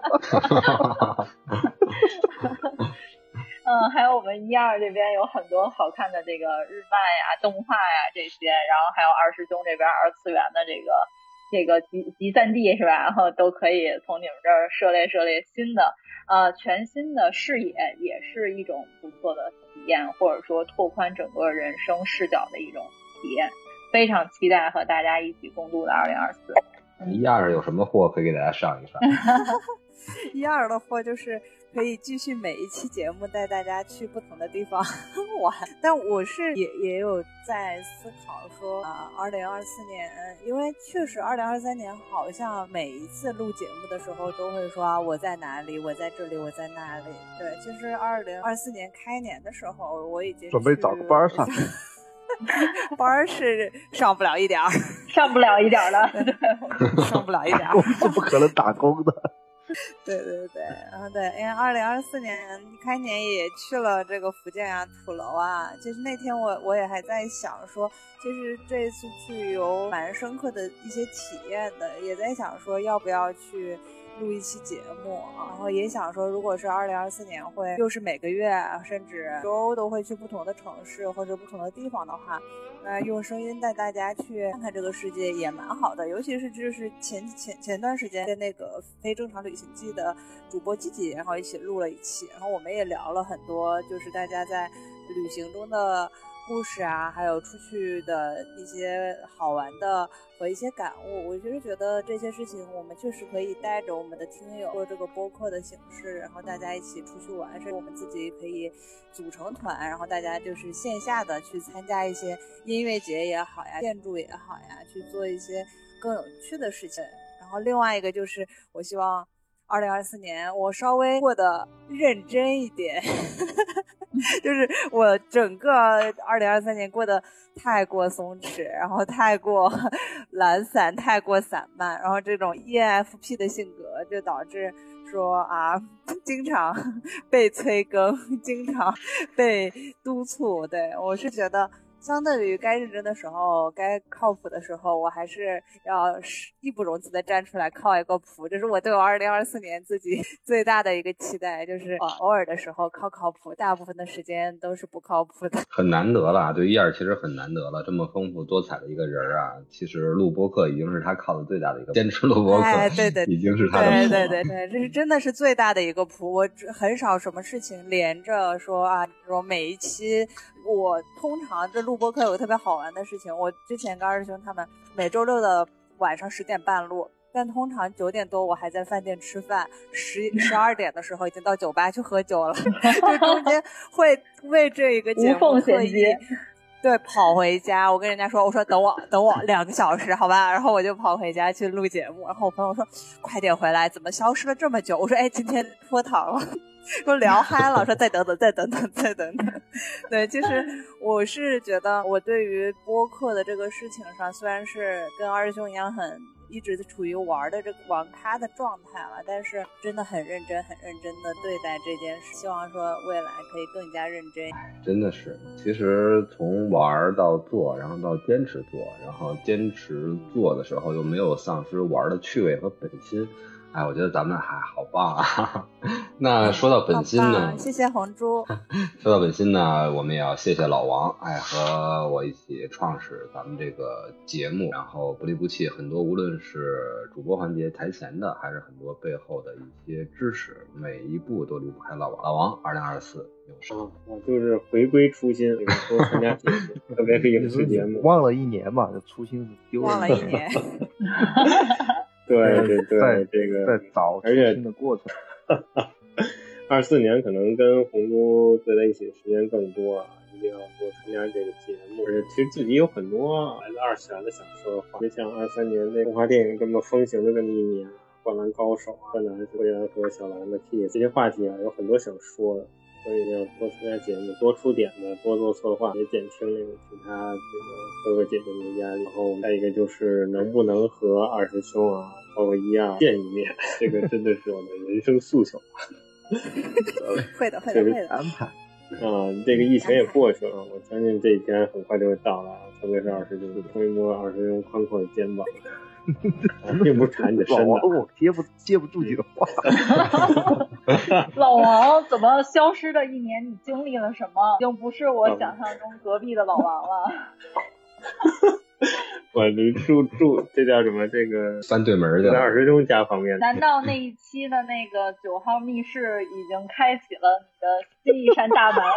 嗯，还有我们一二这边有很多好看的这个日漫呀、动画呀这些，然后还有二师兄这边二次元的这个这个集集散地是吧？然后都可以从你们这儿涉猎涉猎新的呃全新的视野，也是一种不错的体验，或者说拓宽整个人生视角的一种体验。非常期待和大家一起共度的二零二四。 一二有什么货可以给大家上一上？ 一二的货就是可以继续每一期节目带大家去不同的地方玩，但我是也也有在思考说啊，二零二四年，因为确实二零二三年好像每一次录节目的时候都会说啊，我在哪里，我在这里，我在那里。对，其实二零二四年开年的时候，我已经准备找个班上。 班是上不了一点儿， 上不了一点儿了， 上不了一点儿， 是不可能打工的。 对对对，然后对，因为二零二四年开年也去了这个福建啊、土楼啊。其实那天我我也还在想说，其实这次去有蛮深刻的一些体验的，也在想说要不要去录一期节目，然后也想说，如果是二零二四年会又是每个月甚至周都会去不同的城市或者不同的地方的话，那用声音带大家去看看这个世界也蛮好的。尤其是就是前前前段时间跟那个非正常旅行记的主播季季，然后一起录了一期，然后我们也聊了很多，就是大家在旅行中的故事啊，还有出去的一些好玩的和一些感悟。我就是觉得这些事情我们确实可以带着我们的听友做这个播客的形式，然后大家一起出去玩，甚至我们自己可以组成团，然后大家就是线下的去参加一些音乐节也好呀，建筑也好呀，去做一些更有趣的事情。然后另外一个就是我希望二零二四年我稍微过得认真一点就是我整个二零二三年过得太过松弛，然后太过懒散，太过散漫，然后这种 E N F P 的性格就导致说啊，经常被催更，经常被督促。对，我是觉得相对于该认真的时候，该靠谱的时候，我还是要义不容辞的站出来靠一个谱。这是我对我二零二四年自己最大的一个期待，就是偶尔的时候靠靠谱，大部分的时间都是不靠谱的。 很难得了，对一二其实很难得了，这么丰富多彩的一个人啊，其实录播客已经是他靠的最大的一个坚持录播客， 哎，对对， 已经是他的对对对对，这是真的是最大的一个谱。我很少什么事情连着说啊，说每一期。我通常这录播课有个特别好玩的事情，我之前跟二师兄他们每周六的晚上十点半录，但通常九点多我还在饭店吃饭，十十二点的时候已经到酒吧去喝酒了，就中间会为这一个节目特意对跑回家，我跟人家说，我说等我等我两个小时好吧，然后我就跑回家去录节目，然后我朋友说快点回来，怎么消失了这么久？我说哎，今天脱堂了。说聊嗨了，说再等等再等等再等等。对，其实我是觉得我对于播客的这个事情上，虽然是跟二师兄一样很一直处于玩的这个玩咖的状态了，但是真的很认真很认真的对待这件事，希望说未来可以更加认真。 真的是，其实从玩到做，然后到坚持做，然后坚持做的时候又没有丧失玩的趣味和本心。哎，我觉得咱们还好棒啊！那说到本心呢， 谢谢红猪。 说到本心呢，我们也要谢谢老王，哎，和我一起创始咱们这个节目，然后不离不弃，很多无论是主播环节台前的，还是很多背后的一些支持，每一步都离不开老王。老王，二零二四有什么？ 我就是回归初心，多参加节目，特别是影视节目。 忘了一年嘛，这初心是丢了。 忘了一年。 对对对， 在这个在找初心的过程。 二四年可能跟红猪坐在一起的时间更多啊，一定要多参加这个节目。而且其实自己有很多来自二次元的想说的话，就像二三年那动画电影这么风行的这么一年，灌篮高手啊，灌篮灰蓝和小蓝的 T 这些话题啊，有很多想说的。所以要多参加节目，多出点子，多做策划，也减轻那个其他这个哥哥姐姐们的压力。然后再一个就是能不能和二师兄啊，包括一二见一面，这个真的是我的人生诉求。 会的，会的，会的。 安排啊，这个疫情也过去了，我相信这一天很快就会到来。特别是二师兄，摸一摸二师兄宽阔的肩膀。并不是查你的身的， 我接不接不住你的话。 老王怎么消失的一年？你经历了什么？已经不是我想象中隔壁的老王了。 我住住这叫什么？这个翻对门去在二师兄家旁边。 难道那一期的那个九号密室已经开启了你的新一扇大门？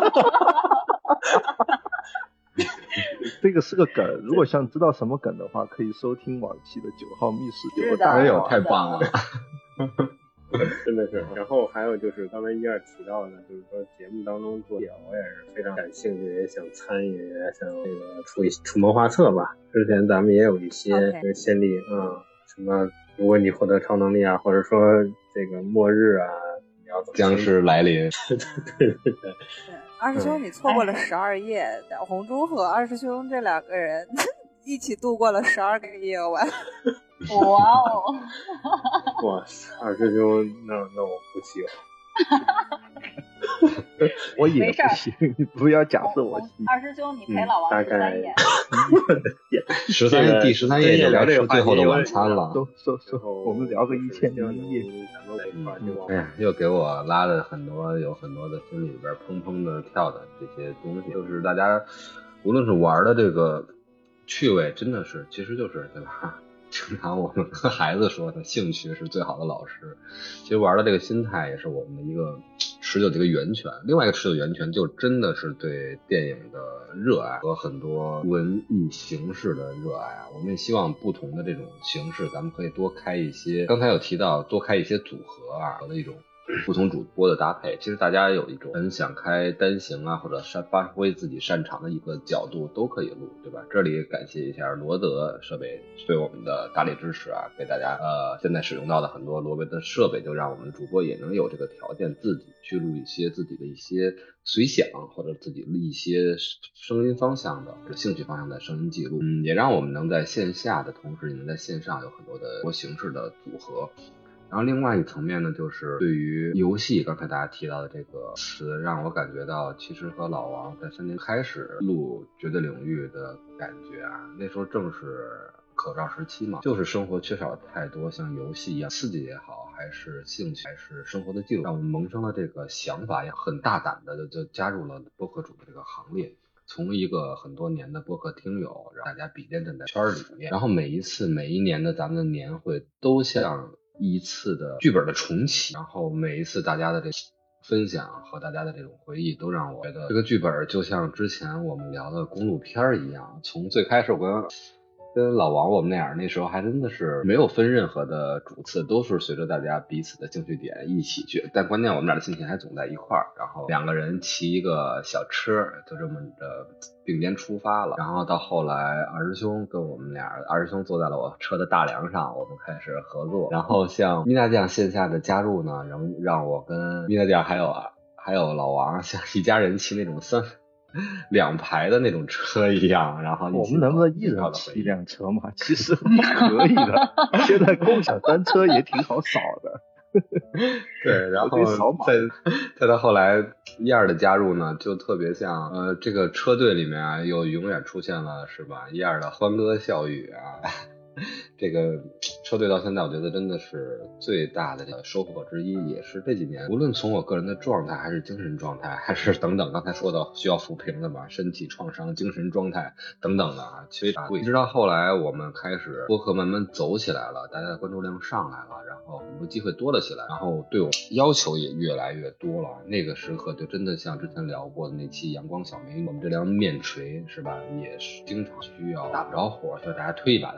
这个是个梗，如果想知道什么梗的话，可以收听往期的九号密室。 是的， 哎呦，太棒了！ 真的是。然后还有就是刚才一二提到的，就是说节目当中做，我也是非常感兴趣，也想参与，也想这个出一出谋划策吧。之前咱们也有一些这个先例啊、嗯，什么如果你获得超能力啊，或者说这个末日啊，你要怎么僵尸来临。 对对对对。 二师兄，你错过了十二夜，嗯、红猪和二师兄这两个人一起度过了十二个夜晚。 哇哦！ 哇，二师兄，那那我不行。 我也不行，你不要假设我行。 二师兄，你陪老王十三夜。 十三夜第十三夜就聊这个最后的晚餐了。 说说说，我们聊个一千零一夜。 哎呀，又给我拉了很多，有很多的心里边砰砰的跳的这些东西，就是大家无论是玩的这个趣味，真的是，其实就是对吧？经常我们和孩子说的，兴趣是最好的老师。其实玩的这个心态也是我们的一个持久的一个源泉。另外一个持久源泉就真的是对电影的热爱和很多文艺形式的热爱啊。我们也希望不同的这种形式，咱们可以多开一些，刚才有提到多开一些组合啊和的一种不同主播的搭配。其实大家有一种很想开单行啊，或者发挥自己擅长的一个角度都可以录，对吧？这里感谢一下罗德设备对我们的大力支持啊，给大家呃现在使用到的很多罗德的设备，就让我们的主播也能有这个条件自己去录一些自己的一些随想，或者自己的一些声音方向的兴趣方向的声音记录，嗯，也让我们能在线下的同时也能在线上有很多的多形式的组合。然后另外一层面呢，就是对于游戏，刚才大家提到的这个词，让我感觉到其实和老王在三年开始录绝对领域的感觉啊，那时候正是口罩时期嘛，就是生活缺少太多像游戏一样刺激也好，还是兴趣，还是生活的记录，让我们萌生了这个想法，也很大胆的就就加入了播客主的这个行列。从一个很多年的播客听友，让大家比肩站在圈里面，然后每一次每一年的咱们的年会都像一次的剧本的重启，然后每一次大家的这分享和大家的这种回忆，都让我觉得这个剧本就像之前我们聊的公路片一样。从最开始我跟跟老王我们那样，那时候还真的是没有分任何的主次，都是随着大家彼此的兴趣点一起去，但关键我们俩的兴趣还总在一块儿，然后两个人骑一个小车就这么着并肩出发了。然后到后来二师兄跟我们俩，二师兄坐在了我车的大梁上，我们开始合作。然后像米娜酱线下的加入呢，让让我跟米娜酱还有还有老王像一家人骑那种三两排的那种车一样，然后我们能不能一人骑一辆车嘛？其实可以的，现在共享单车也挺好扫的。 对，然后再再到后来一二的加入呢，就特别像呃这个车队里面啊，又永远出现了是吧？一二的欢歌笑语啊。这个车队到现在我觉得真的是最大的这个收获之一，也是这几年无论从我个人的状态还是精神状态还是等等刚才说到需要抚平的吧，身体创伤精神状态等等的啊，其实一直到后来我们开始播客慢慢走起来了，大家的关注量上来了，然后很多机会多了起来，然后对我要求也越来越多了。那个时刻就真的像之前聊过的那期阳光小梅，我们这辆面锤是吧，也是经常需要打不着火需要大家推一把的时候，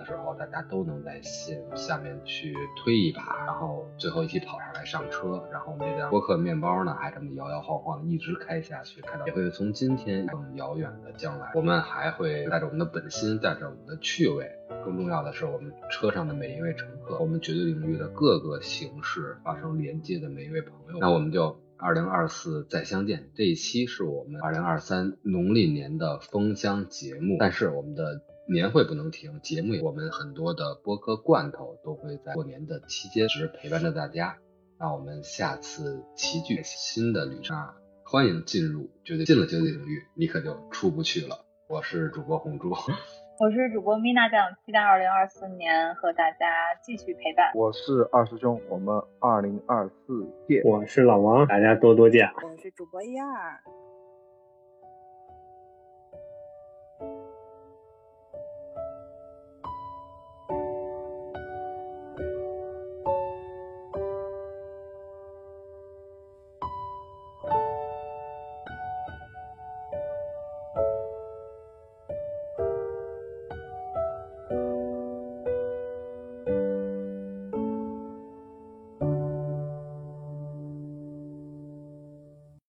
大家都能在线下面去推一把，然后最后一起跑上来上车，然后我们这辆播客面包呢还这么摇摇晃晃一直开下去，开到也会从今天更遥远的将来，我们还会带着我们的本心，带着我们的趣味，更重要的是我们车上的每一位乘客，我们绝对领域的各个形式发生连接的每一位朋友，那我们就二零二四再相见。这一期是我们二零二三农历年的封箱节目，但是我们的年会不能停，节目我们很多的播客罐头都会在过年的期间一直陪伴着大家。那我们下次齐聚新的旅程，欢迎进入绝对进了绝对领域，你可就出不去了。我是主播红猪。 我是主播米娜酱，期待二零二四年和大家继续陪伴。 我是二师兄，我们二零二四见。 我是老王，大家多多见。 我是主播一二。